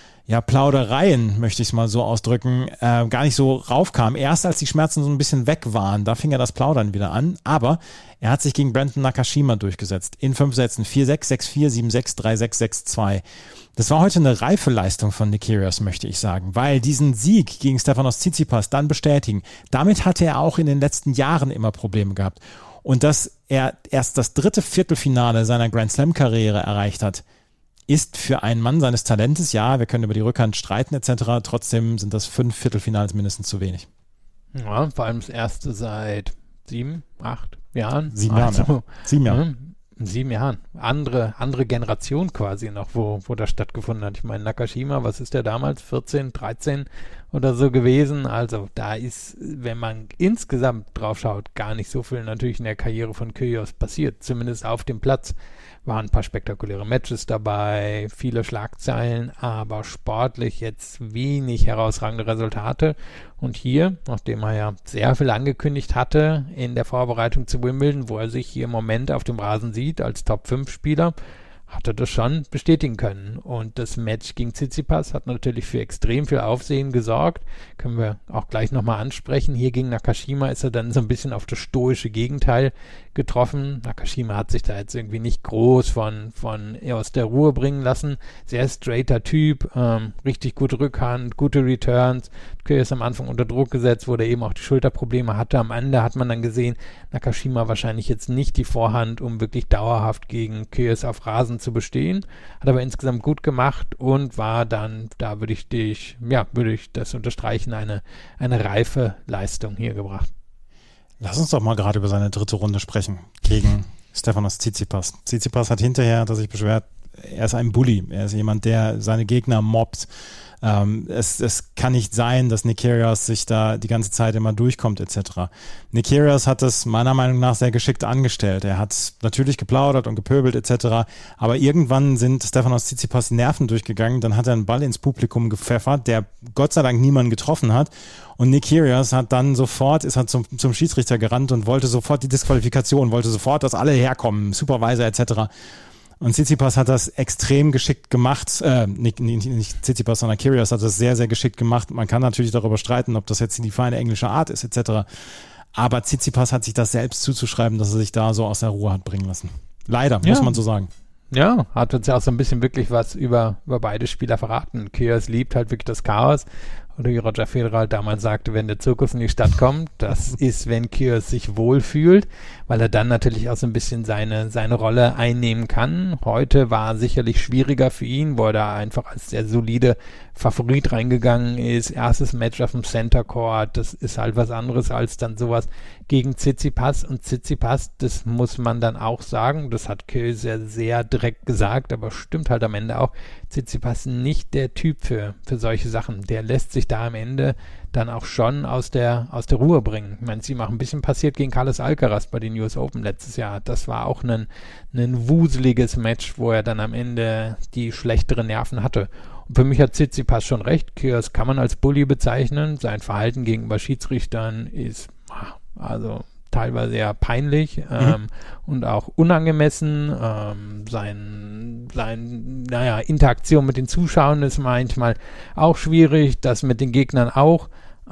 Speaker 5: Plaudereien, möchte ich es mal so ausdrücken, gar nicht so raufkam. Erst als die Schmerzen so ein bisschen weg waren, da fing er das Plaudern wieder an, aber er hat sich gegen Brandon Nakashima durchgesetzt. In 5 Sätzen 4-6, 6-4, 7-6, 3-6, 6-2. Das war heute eine reife Leistung von Nick Kyrgios, möchte ich sagen, weil diesen Sieg gegen Stefanos Tsitsipas dann bestätigen, damit hatte er auch in den letzten Jahren immer Probleme gehabt. Und dass er erst das 3. Viertelfinale seiner Grand Slam-Karriere erreicht hat, ist für einen Mann seines Talentes, ja, wir können über die Rückhand streiten etc., trotzdem sind das 5 Viertelfinals mindestens zu wenig.
Speaker 6: Ja, vor allem das erste seit 7, 8 Jahren.
Speaker 5: 7 Jahren, ja. 7 Jahre.
Speaker 6: In 7 Jahren. Andere Generation quasi noch, wo das stattgefunden hat. Ich meine, Nakashima, was ist der damals? 14, 13 oder so gewesen. Also da ist, wenn man insgesamt drauf schaut, gar nicht so viel natürlich in der Karriere von Kyrgios passiert. Zumindest auf dem Platz waren ein paar spektakuläre Matches dabei, viele Schlagzeilen, aber sportlich jetzt wenig herausragende Resultate. Und hier, nachdem er ja sehr viel angekündigt hatte in der Vorbereitung zu Wimbledon, wo er sich hier im Moment auf dem Rasen sieht als Top-5-Spieler, hat er das schon bestätigen können. Und das Match gegen Tsitsipas hat natürlich für extrem viel Aufsehen gesorgt. Können wir auch gleich nochmal ansprechen. Hier gegen Nakashima ist er dann so ein bisschen auf das stoische Gegenteil getroffen. Nakashima hat sich da jetzt irgendwie nicht groß von aus der Ruhe bringen lassen. Sehr straighter Typ, richtig gute Rückhand, gute Returns. Kyrgios am Anfang unter Druck gesetzt, wo er eben auch die Schulterprobleme hatte. Am Ende hat man dann gesehen, Nakashima wahrscheinlich jetzt nicht die Vorhand, um wirklich dauerhaft gegen Kyrgios auf Rasen zu bestehen. Hat aber insgesamt gut gemacht und war dann, da würde ich das unterstreichen, eine reife Leistung hier gebracht.
Speaker 5: Lass uns doch mal gerade über seine dritte Runde sprechen gegen Stefanos Tsitsipas. Tsitsipas hat hinterher, dass sich beschwert, er ist ein Bully. Er ist jemand, der seine Gegner mobbt. Es kann nicht sein, dass Nick Kyrgios sich da die ganze Zeit immer durchkommt etc. Nick Kyrgios hat das meiner Meinung nach sehr geschickt angestellt. Er hat natürlich geplaudert und gepöbelt etc. Aber irgendwann sind Stefanos Tsitsipas Nerven durchgegangen. Dann hat er einen Ball ins Publikum gepfeffert, der Gott sei Dank niemanden getroffen hat. Und Nick Kyrgios hat dann sofort, ist halt zum Schiedsrichter gerannt und wollte sofort die Disqualifikation, wollte sofort, dass alle herkommen, Supervisor etc. Und Tsitsipas hat das extrem geschickt gemacht, nicht Tsitsipas, sondern Kyrgios hat das sehr, sehr geschickt gemacht. Man kann natürlich darüber streiten, ob das jetzt die feine englische Art ist, etc. Aber Tsitsipas hat sich das selbst zuzuschreiben, dass er sich da so aus der Ruhe hat bringen lassen. Leider, muss man so sagen.
Speaker 6: Ja, hat uns ja auch so ein bisschen wirklich was über beide Spieler verraten. Kyrgios liebt halt wirklich das Chaos. Oder wie Roger Federer damals sagte, wenn der Zirkus in die Stadt kommt, das ist, wenn Kyrgios sich wohlfühlt, weil er dann natürlich auch so ein bisschen seine Rolle einnehmen kann. Heute war sicherlich schwieriger für ihn, wo er da einfach als sehr solide Favorit reingegangen ist. Erstes Match auf dem Center Court, das ist halt was anderes als dann sowas gegen Tsitsipas. Und Tsitsipas, das muss man dann auch sagen, das hat Kyrgios sehr, sehr direkt gesagt, aber stimmt halt am Ende auch, Tsitsipas nicht der Typ für solche Sachen. Der lässt sich da am Ende dann auch schon aus der Ruhe bringen. Ich meine, es ist ihm auch ein bisschen passiert gegen Carlos Alcaraz bei den US Open letztes Jahr. Das war auch ein wuseliges Match, wo er dann am Ende die schlechteren Nerven hatte. Und für mich hat Tsitsipas schon recht. Kyrgios kann man als Bully bezeichnen. Sein Verhalten gegenüber Schiedsrichtern ist also teilweise eher peinlich und auch unangemessen. Interaktion mit den Zuschauern ist manchmal auch schwierig, das mit den Gegnern auch.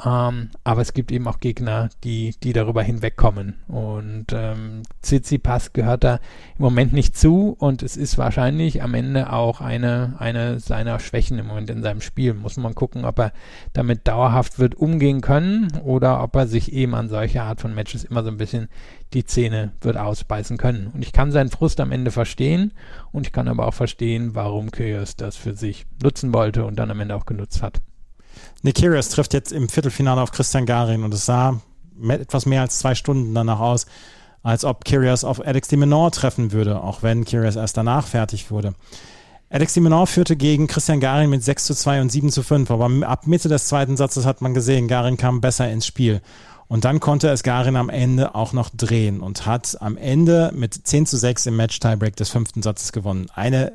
Speaker 6: Aber es gibt eben auch Gegner, die darüber hinwegkommen. Und Tsitsipas gehört da im Moment nicht zu und es ist wahrscheinlich am Ende auch eine seiner Schwächen im Moment in seinem Spiel. Muss man gucken, ob er damit dauerhaft wird umgehen können oder ob er sich eben an solche Art von Matches immer so ein bisschen die Zähne wird ausbeißen können. Und ich kann seinen Frust am Ende verstehen und ich kann aber auch verstehen, warum Kyrgios das für sich nutzen wollte und dann am Ende auch genutzt hat.
Speaker 5: Nick Kyrgios trifft jetzt im Viertelfinale auf Christian Garin und es sah etwas mehr als 2 Stunden danach aus, als ob Kyrgios auf Alex de Minaur treffen würde, auch wenn Kyrgios erst danach fertig wurde. Alex de Minaur führte gegen Christian Garin mit 6:2 und 7:5, aber ab Mitte des zweiten Satzes hat man gesehen, Garin kam besser ins Spiel. Und dann konnte es Garin am Ende auch noch drehen und hat am Ende mit 10:6 im Match-Tiebreak des 5. Satzes gewonnen. Eine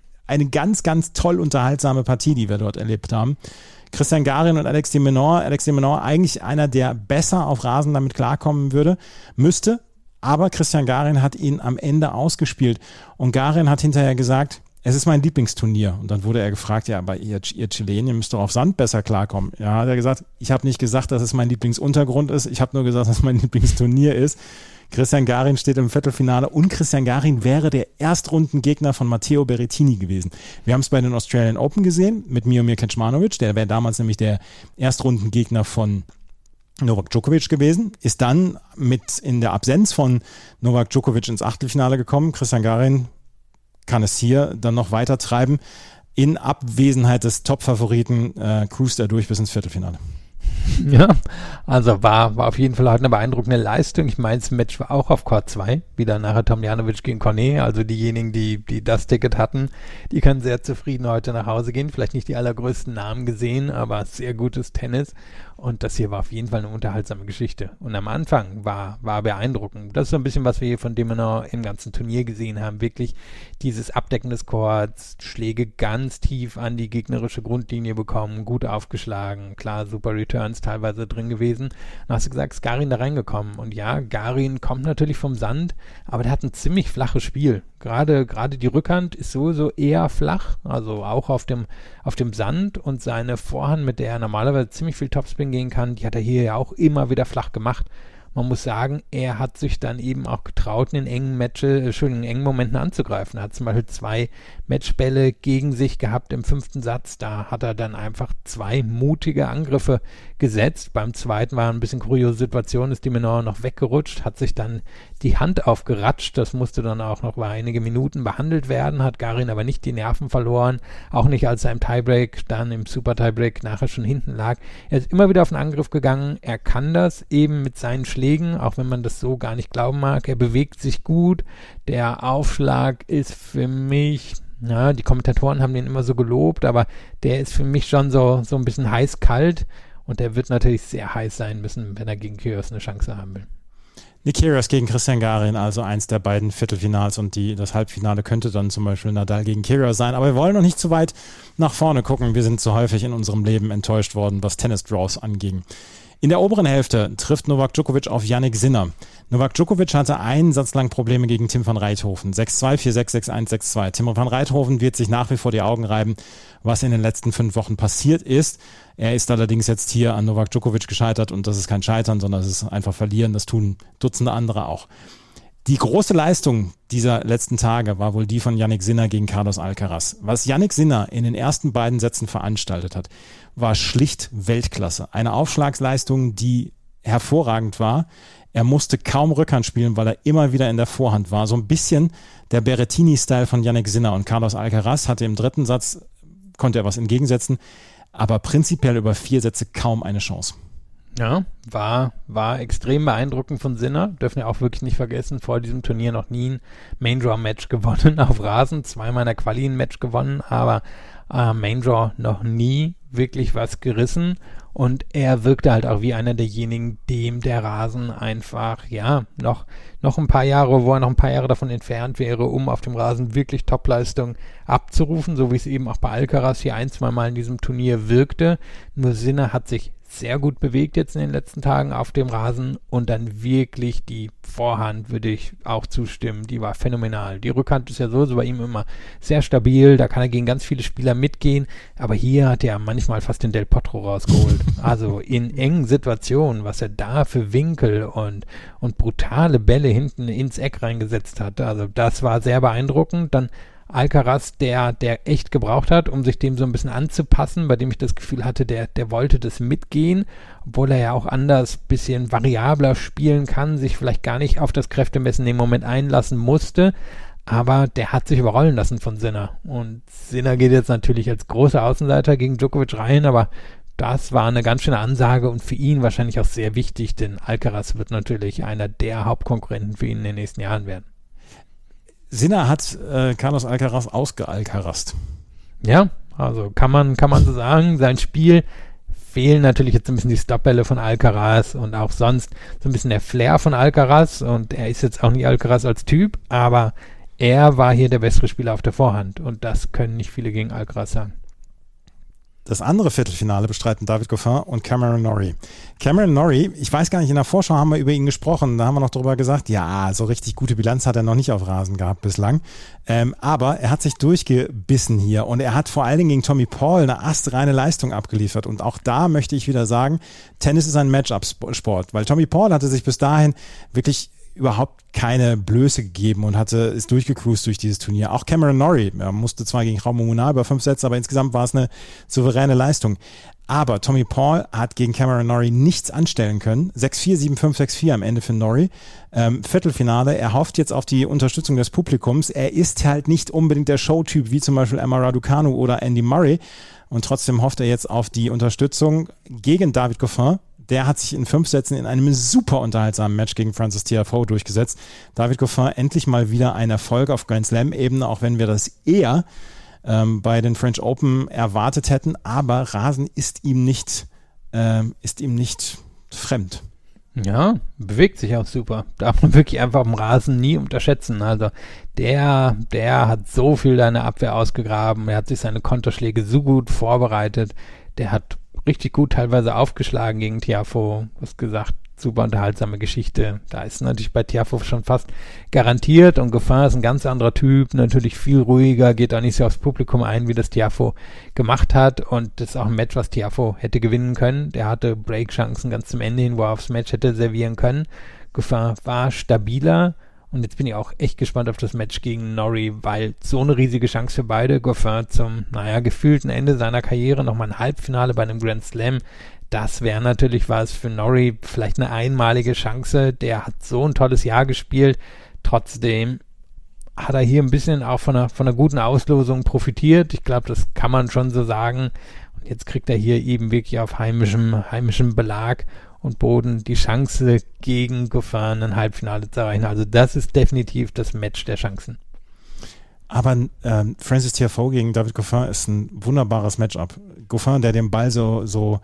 Speaker 5: ganz, ganz toll unterhaltsame Partie, die wir dort erlebt haben. Christian Garin und Alex de Minaur eigentlich einer, der besser auf Rasen damit klarkommen müsste, aber Christian Garin hat ihn am Ende ausgespielt und Garin hat hinterher gesagt, es ist mein Lieblingsturnier. Und dann wurde er gefragt, ja, aber ihr Chilenen, ihr müsst doch auf Sand besser klarkommen. Ja, hat er gesagt, ich habe nicht gesagt, dass es mein Lieblingsuntergrund ist, ich habe nur gesagt, dass es mein Lieblingsturnier ist. Christian Garin steht im Viertelfinale und Christian Garin wäre der Erstrundengegner von Matteo Berrettini gewesen. Wir haben es bei den Australian Open gesehen mit Miomir Kecmanovic, der wäre damals nämlich der Erstrundengegner von Novak Djokovic gewesen, ist dann mit in der Absenz von Novak Djokovic ins Achtelfinale gekommen. Christian Garin kann es hier dann noch weiter treiben. In Abwesenheit des Top-Favoriten cruist er durch bis ins Viertelfinale.
Speaker 6: Ja, also war auf jeden Fall halt eine beeindruckende Leistung. Ich meine, das Match war auch auf Court 2, wieder nachher Tomljanovic gegen Cornet. Also diejenigen, die das Ticket hatten, die können sehr zufrieden heute nach Hause gehen. Vielleicht nicht die allergrößten Namen gesehen, aber sehr gutes Tennis. Und das hier war auf jeden Fall eine unterhaltsame Geschichte. Und am Anfang war beeindruckend. Das ist so ein bisschen, was wir hier von de Minaur im ganzen Turnier gesehen haben. Wirklich dieses Abdecken des Courts, Schläge ganz tief an die gegnerische Grundlinie bekommen, gut aufgeschlagen, klar, super Return Returns teilweise drin gewesen. Dann hast du gesagt, ist Garin da reingekommen. Und ja, Garin kommt natürlich vom Sand, aber der hat ein ziemlich flaches Spiel. Gerade die Rückhand ist sowieso eher flach, also auch auf dem Sand, und seine Vorhand, mit der er normalerweise ziemlich viel Topspin gehen kann, die hat er hier ja auch immer wieder flach gemacht. Man muss sagen, er hat sich dann eben auch getraut, in engen Momenten anzugreifen. Er hat zum Beispiel 2 Matchbälle gegen sich gehabt im 5. Satz. Da hat er dann einfach 2 mutige Angriffe gesetzt. Beim zweiten war ein bisschen kuriose Situation, ist de Minaur noch weggerutscht, hat sich dann die Hand aufgeratscht. Das musste dann auch noch über einige Minuten behandelt werden, hat Garin aber nicht die Nerven verloren, auch nicht, als er im Tiebreak, dann im Super-Tiebreak nachher schon hinten lag. Er ist immer wieder auf den Angriff gegangen. Er kann das eben mit seinen Schlägen, auch wenn man das so gar nicht glauben mag. Er bewegt sich gut. Der Aufschlag ist für mich, ja, die Kommentatoren haben den immer so gelobt, aber der ist für mich schon so ein bisschen heiß-kalt, und der wird natürlich sehr heiß sein müssen, wenn er gegen Kyrgios eine Chance haben will.
Speaker 5: Nick Kyrgios gegen Christian Garin, also eins der beiden Viertelfinals, und das Halbfinale könnte dann zum Beispiel Nadal gegen Kyrgios sein. Aber wir wollen noch nicht zu weit nach vorne gucken. Wir sind zu häufig in unserem Leben enttäuscht worden, was Tennis-Draws anging. In der oberen Hälfte trifft Novak Djokovic auf Jannik Sinner. Novak Djokovic hatte einen Satz lang Probleme gegen Tim van Rijthoven. 6-2, 4-6, 6-1, 6-2. Tim van Rijthoven wird sich nach wie vor die Augen reiben, was in den letzten 5 Wochen passiert ist. Er ist allerdings jetzt hier an Novak Djokovic gescheitert, und das ist kein Scheitern, sondern es ist einfach Verlieren. Das tun Dutzende andere auch. Die große Leistung dieser letzten Tage war wohl die von Jannik Sinner gegen Carlos Alcaraz. Was Jannik Sinner in den ersten beiden Sätzen veranstaltet hat, war schlicht Weltklasse. Eine Aufschlagsleistung, die hervorragend war. Er musste kaum Rückhand spielen, weil er immer wieder in der Vorhand war. So ein bisschen der Berrettini-Style von Jannik Sinner. Und Carlos Alcaraz hatte im 3. Satz, konnte er was entgegensetzen, aber prinzipiell über 4 Sätze kaum eine Chance.
Speaker 6: Ja, war extrem beeindruckend von Sinner. Dürfen wir auch wirklich nicht vergessen, vor diesem Turnier noch nie ein Main-Draw-Match gewonnen auf Rasen. 2-mal in der Quali ein Match gewonnen, aber Main-Draw noch nie wirklich was gerissen. Und er wirkte halt auch wie einer derjenigen, dem der Rasen einfach, ja, noch ein paar Jahre, wo er noch ein paar Jahre davon entfernt wäre, um auf dem Rasen wirklich Topleistung abzurufen, so wie es eben auch bei Alcaraz hier 1-2 Mal in diesem Turnier wirkte. Nur Sinner hat sich sehr gut bewegt jetzt in den letzten Tagen auf dem Rasen, und dann wirklich die Vorhand, würde ich auch zustimmen, die war phänomenal. Die Rückhand ist ja so bei ihm immer sehr stabil, da kann er gegen ganz viele Spieler mitgehen, aber hier hat er manchmal fast den Del Potro rausgeholt. Also in engen Situationen, was er da für Winkel und brutale Bälle hinten ins Eck reingesetzt hat, also das war sehr beeindruckend. Dann Alcaraz, der echt gebraucht hat, um sich dem so ein bisschen anzupassen, bei dem ich das Gefühl hatte, der wollte das mitgehen, obwohl er ja auch anders, bisschen variabler spielen kann, sich vielleicht gar nicht auf das Kräftemessen in dem Moment einlassen musste, aber der hat sich überrollen lassen von Sinner. Und Sinner geht jetzt natürlich als großer Außenseiter gegen Djokovic rein, aber das war eine ganz schöne Ansage und für ihn wahrscheinlich auch sehr wichtig, denn Alcaraz wird natürlich einer der Hauptkonkurrenten für ihn in den nächsten Jahren werden.
Speaker 5: Sinner hat Carlos Alcaraz ausgealcarast.
Speaker 6: Ja, also kann man so sagen. Sein Spiel fehlen natürlich jetzt ein bisschen die Stopbälle von Alcaraz und auch sonst so ein bisschen der Flair von Alcaraz, und er ist jetzt auch nicht Alcaraz als Typ, aber er war hier der bessere Spieler auf der Vorhand, und das können nicht viele gegen Alcaraz sagen.
Speaker 5: Das andere Viertelfinale bestreiten David Goffin und Cameron Norrie. Cameron Norrie, ich weiß gar nicht, in der Vorschau haben wir über ihn gesprochen, da haben wir noch drüber gesagt, ja, so richtig gute Bilanz hat er noch nicht auf Rasen gehabt bislang, aber er hat sich durchgebissen hier, und er hat vor allen Dingen gegen Tommy Paul eine astreine Leistung abgeliefert, und auch da möchte ich wieder sagen, Tennis ist ein Matchup-Sport, weil Tommy Paul hatte sich bis dahin wirklich überhaupt keine Blöße gegeben und ist durchgecruised durch dieses Turnier. Auch Cameron Norrie, er musste zwar gegen Jaume Munar über 5 Sätze, aber insgesamt war es eine souveräne Leistung. Aber Tommy Paul hat gegen Cameron Norrie nichts anstellen können. 6-4, 7-5, 6-4 am Ende für Norrie. Viertelfinale, er hofft jetzt auf die Unterstützung des Publikums. Er ist halt nicht unbedingt der Showtyp, wie zum Beispiel Emma Raducanu oder Andy Murray. Und trotzdem hofft er jetzt auf die Unterstützung gegen David Goffin. Der hat sich in 5 Sätzen in einem super unterhaltsamen Match gegen Frances Tiafoe durchgesetzt. David Goffin endlich mal wieder ein Erfolg auf Grand Slam-Ebene, auch wenn wir das eher bei den French Open erwartet hätten. Aber Rasen ist ihm nicht fremd.
Speaker 6: Ja, bewegt sich auch super. Darf man wirklich einfach am Rasen nie unterschätzen. Also der hat so viel deine Abwehr ausgegraben. Er hat sich seine Konterschläge so gut vorbereitet. Der hat richtig gut teilweise aufgeschlagen gegen Tiafoe. Du hast gesagt, super unterhaltsame Geschichte. Da ist natürlich bei Tiafoe schon fast garantiert und Goffin ist ein ganz anderer Typ, natürlich viel ruhiger, geht auch nicht so aufs Publikum ein, wie das Tiafoe gemacht hat und das ist auch ein Match, was Tiafoe hätte gewinnen können. Der hatte Break-Chancen ganz zum Ende hin, wo er aufs Match hätte servieren können. Goffin war stabiler und jetzt bin ich auch echt gespannt auf das Match gegen Norrie, weil so eine riesige Chance für beide. Goffin zum, gefühlten Ende seiner Karriere, nochmal ein Halbfinale bei einem Grand Slam. Das wäre natürlich was für Norrie, vielleicht eine einmalige Chance. Der hat so ein tolles Jahr gespielt. Trotzdem hat er hier ein bisschen auch von einer guten Auslosung profitiert. Ich glaube, das kann man schon so sagen. Und jetzt kriegt er hier eben wirklich auf heimischem Belag und Boden die Chance, gegen Goffin ein Halbfinale zu erreichen. Also das ist definitiv das Match der Chancen.
Speaker 5: Aber Frances Tiafoe gegen David Goffin ist ein wunderbares Matchup. Goffin, der den Ball so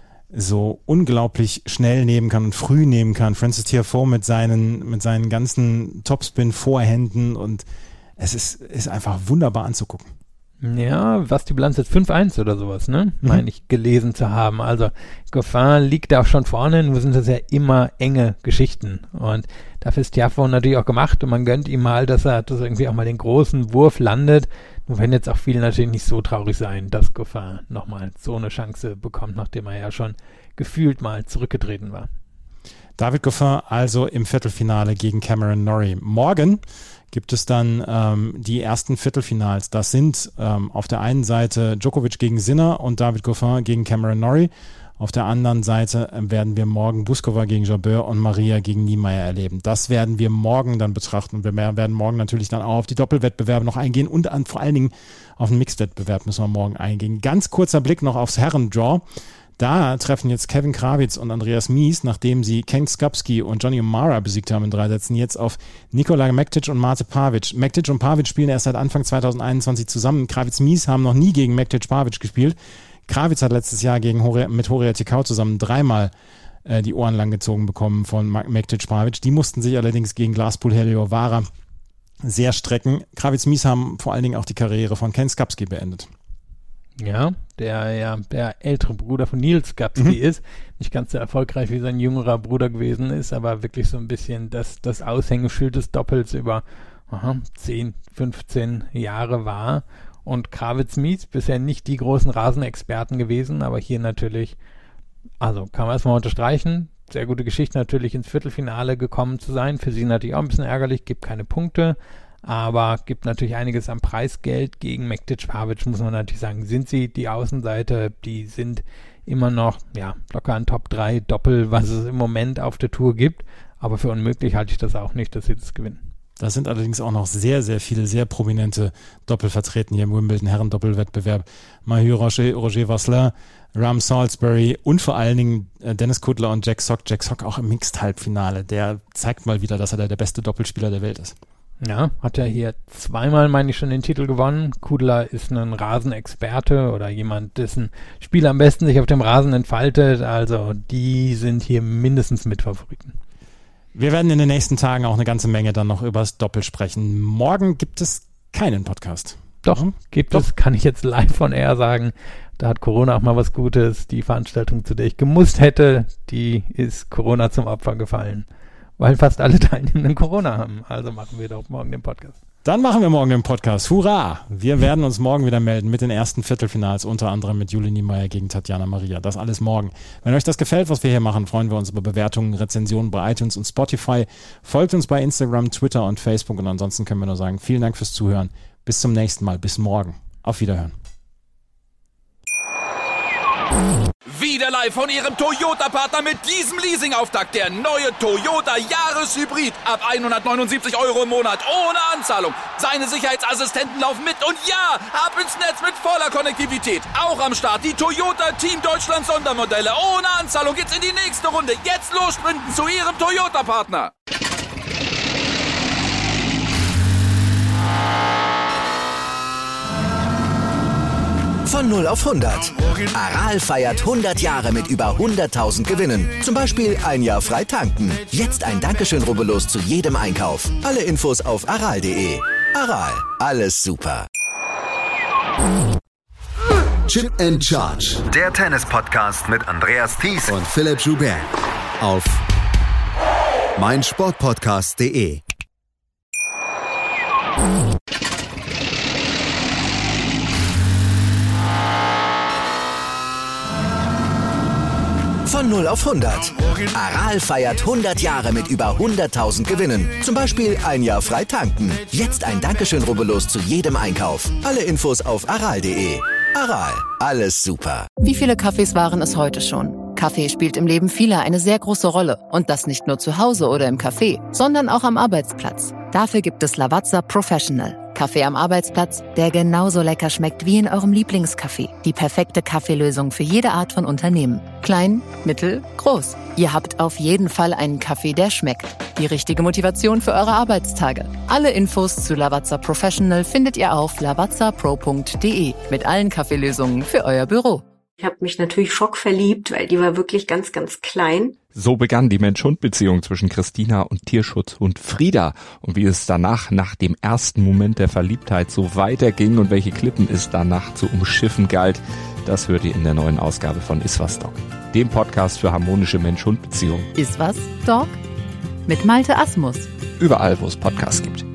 Speaker 5: unglaublich schnell nehmen kann und früh nehmen kann. Frances Tiafoe mit seinen ganzen Topspin-Vorhänden und es ist einfach wunderbar anzugucken.
Speaker 6: Ja, was die Bilanz jetzt 5-1 oder sowas, ne? Meine ich gelesen zu haben. Also Goffin liegt da auch schon vorne, nur sind das ja immer enge Geschichten. Und dafür ist Tiafoe natürlich auch gemacht und man gönnt ihm mal, dass er irgendwie auch mal den großen Wurf landet. Nur werden jetzt auch viele natürlich nicht so traurig sein, dass Goffin nochmal so eine Chance bekommt, nachdem er ja schon gefühlt mal zurückgetreten war.
Speaker 5: David Goffin also im Viertelfinale gegen Cameron Norrie. Morgen gibt es dann die ersten Viertelfinals. Das sind auf der einen Seite Djokovic gegen Sinner und David Goffin gegen Cameron Norrie. Auf der anderen Seite werden wir morgen Buskova gegen Jabeur und Maria gegen Niemeyer erleben. Das werden wir morgen dann betrachten. Und wir werden morgen natürlich dann auch auf die Doppelwettbewerbe noch eingehen und vor allen Dingen auf den Mixed-Wettbewerb müssen wir morgen eingehen. Ganz kurzer Blick noch aufs Herren-Draw. Da treffen jetzt Kevin Krawitz und Andreas Mies, nachdem sie Ken Skupski und Johnny O'Mara besiegt haben in 3 Sätzen, jetzt auf Nikola Mektic und Mate Pavic. Mektic und Pavic spielen erst seit Anfang 2021 zusammen. Krawitz-Mies haben noch nie gegen Mektic-Pavic gespielt. Krawitz hat letztes Jahr mit Horia Tecau zusammen 3-mal die Ohren lang gezogen bekommen von Mektic-Pavic. Die mussten sich allerdings gegen Glasspool Heliovara sehr strecken. Krawitz-Mies haben vor allen Dingen auch die Karriere von Ken Skupski beendet.
Speaker 6: Ja, der ältere Bruder von Nils Skupski ist. Nicht ganz so erfolgreich wie sein jüngerer Bruder gewesen ist, aber wirklich so ein bisschen das Aushängeschild des Doppels über 10, 15 Jahre war. Und Krawitz-Mies bisher nicht die großen Rasenexperten gewesen, aber hier natürlich, also kann man erstmal unterstreichen, sehr gute Geschichte natürlich ins Viertelfinale gekommen zu sein. Für sie natürlich auch ein bisschen ärgerlich, gibt keine Punkte. Aber gibt natürlich einiges am Preisgeld. Gegen Mektic-Pavic muss man natürlich sagen, sind sie die Außenseite, die sind immer noch locker ein Top-3 Doppel, was es im Moment auf der Tour gibt. Aber für unmöglich halte ich das auch nicht, dass sie das gewinnen.
Speaker 5: Da sind allerdings auch noch sehr, sehr viele, sehr prominente Doppel vertreten hier im Wimbledon-Herren-Doppelwettbewerb. Mahir Roger Vasselin, Ram Salisbury und vor allen Dingen Dennis Kudla und Jack Sock. Jack Sock auch im Mixed-Halbfinale. Der zeigt mal wieder, dass er der beste Doppelspieler der Welt ist.
Speaker 6: Ja, hat er hier 2-mal, meine ich, schon den Titel gewonnen. Kudla ist ein Rasenexperte oder jemand, dessen Spiel am besten sich auf dem Rasen entfaltet. Also die sind hier mindestens Mitfavoriten.
Speaker 5: Wir werden in den nächsten Tagen auch eine ganze Menge dann noch über das Doppel sprechen. Morgen gibt es keinen Podcast.
Speaker 6: Doch, gibt es, kann ich jetzt live von air sagen. Da hat Corona auch mal was Gutes. Die Veranstaltung, zu der ich gemusst hätte, die ist Corona zum Opfer gefallen. Weil fast alle Teilnehmenden Corona haben. Also machen wir doch morgen den Podcast.
Speaker 5: Dann machen wir morgen den Podcast. Hurra! Wir werden uns morgen wieder melden mit den ersten Viertelfinals, unter anderem mit Jule Niemeyer gegen Tatjana Maria. Das alles morgen. Wenn euch das gefällt, was wir hier machen, freuen wir uns über Bewertungen, Rezensionen bei iTunes und Spotify. Folgt uns bei Instagram, Twitter und Facebook. Und ansonsten können wir nur sagen, vielen Dank fürs Zuhören. Bis zum nächsten Mal. Bis morgen. Auf Wiederhören.
Speaker 7: Wieder live von Ihrem Toyota-Partner mit diesem Leasing-Auftakt. Der neue Toyota Jahreshybrid. Ab 179 € im Monat. Ohne Anzahlung. Seine Sicherheitsassistenten laufen mit. Und ja, ab ins Netz mit voller Konnektivität. Auch am Start die Toyota Team Deutschland Sondermodelle. Ohne Anzahlung geht's in die nächste Runde. Jetzt los sprinten zu Ihrem Toyota-Partner.
Speaker 2: Von 0 auf 100. Aral feiert 100 Jahre mit über 100.000 Gewinnen. Zum Beispiel ein Jahr frei tanken. Jetzt ein Dankeschön, rubbellos zu jedem Einkauf. Alle Infos auf aral.de. Aral, alles super.
Speaker 3: Chip and Charge.
Speaker 4: Der Tennis-Podcast mit Andreas Thies
Speaker 3: und Philipp Joubert. Auf meinsportpodcast.de.
Speaker 2: Von 0 auf 100. Aral feiert 100 Jahre mit über 100.000 Gewinnen. Zum Beispiel ein Jahr frei tanken. Jetzt ein Dankeschön, rubbellos zu jedem Einkauf. Alle Infos auf aral.de. Aral, alles super.
Speaker 8: Wie viele Kaffees waren es heute schon? Kaffee spielt im Leben vieler eine sehr große Rolle. Und das nicht nur zu Hause oder im Café, sondern auch am Arbeitsplatz. Dafür gibt es Lavazza Professional. Kaffee am Arbeitsplatz, der genauso lecker schmeckt wie in eurem Lieblingscafé. Die perfekte Kaffeelösung für jede Art von Unternehmen. Klein, mittel, groß. Ihr habt auf jeden Fall einen Kaffee, der schmeckt. Die richtige Motivation für eure Arbeitstage. Alle Infos zu Lavazza Professional findet ihr auf lavazzapro.de mit allen Kaffeelösungen für euer Büro.
Speaker 9: Ich habe mich natürlich schockverliebt, weil die war wirklich ganz, ganz klein.
Speaker 10: So begann die Mensch-Hund-Beziehung zwischen Christina und Tierschutzhund Frieda. Und wie es danach, nach dem ersten Moment der Verliebtheit, so weiterging und welche Klippen es danach zu umschiffen galt, das hört ihr in der neuen Ausgabe von Iswas Dog, dem Podcast für harmonische Mensch-Hund-Beziehungen.
Speaker 8: Iswas Dog? Mit Malte Asmus.
Speaker 10: Überall, wo es Podcasts gibt.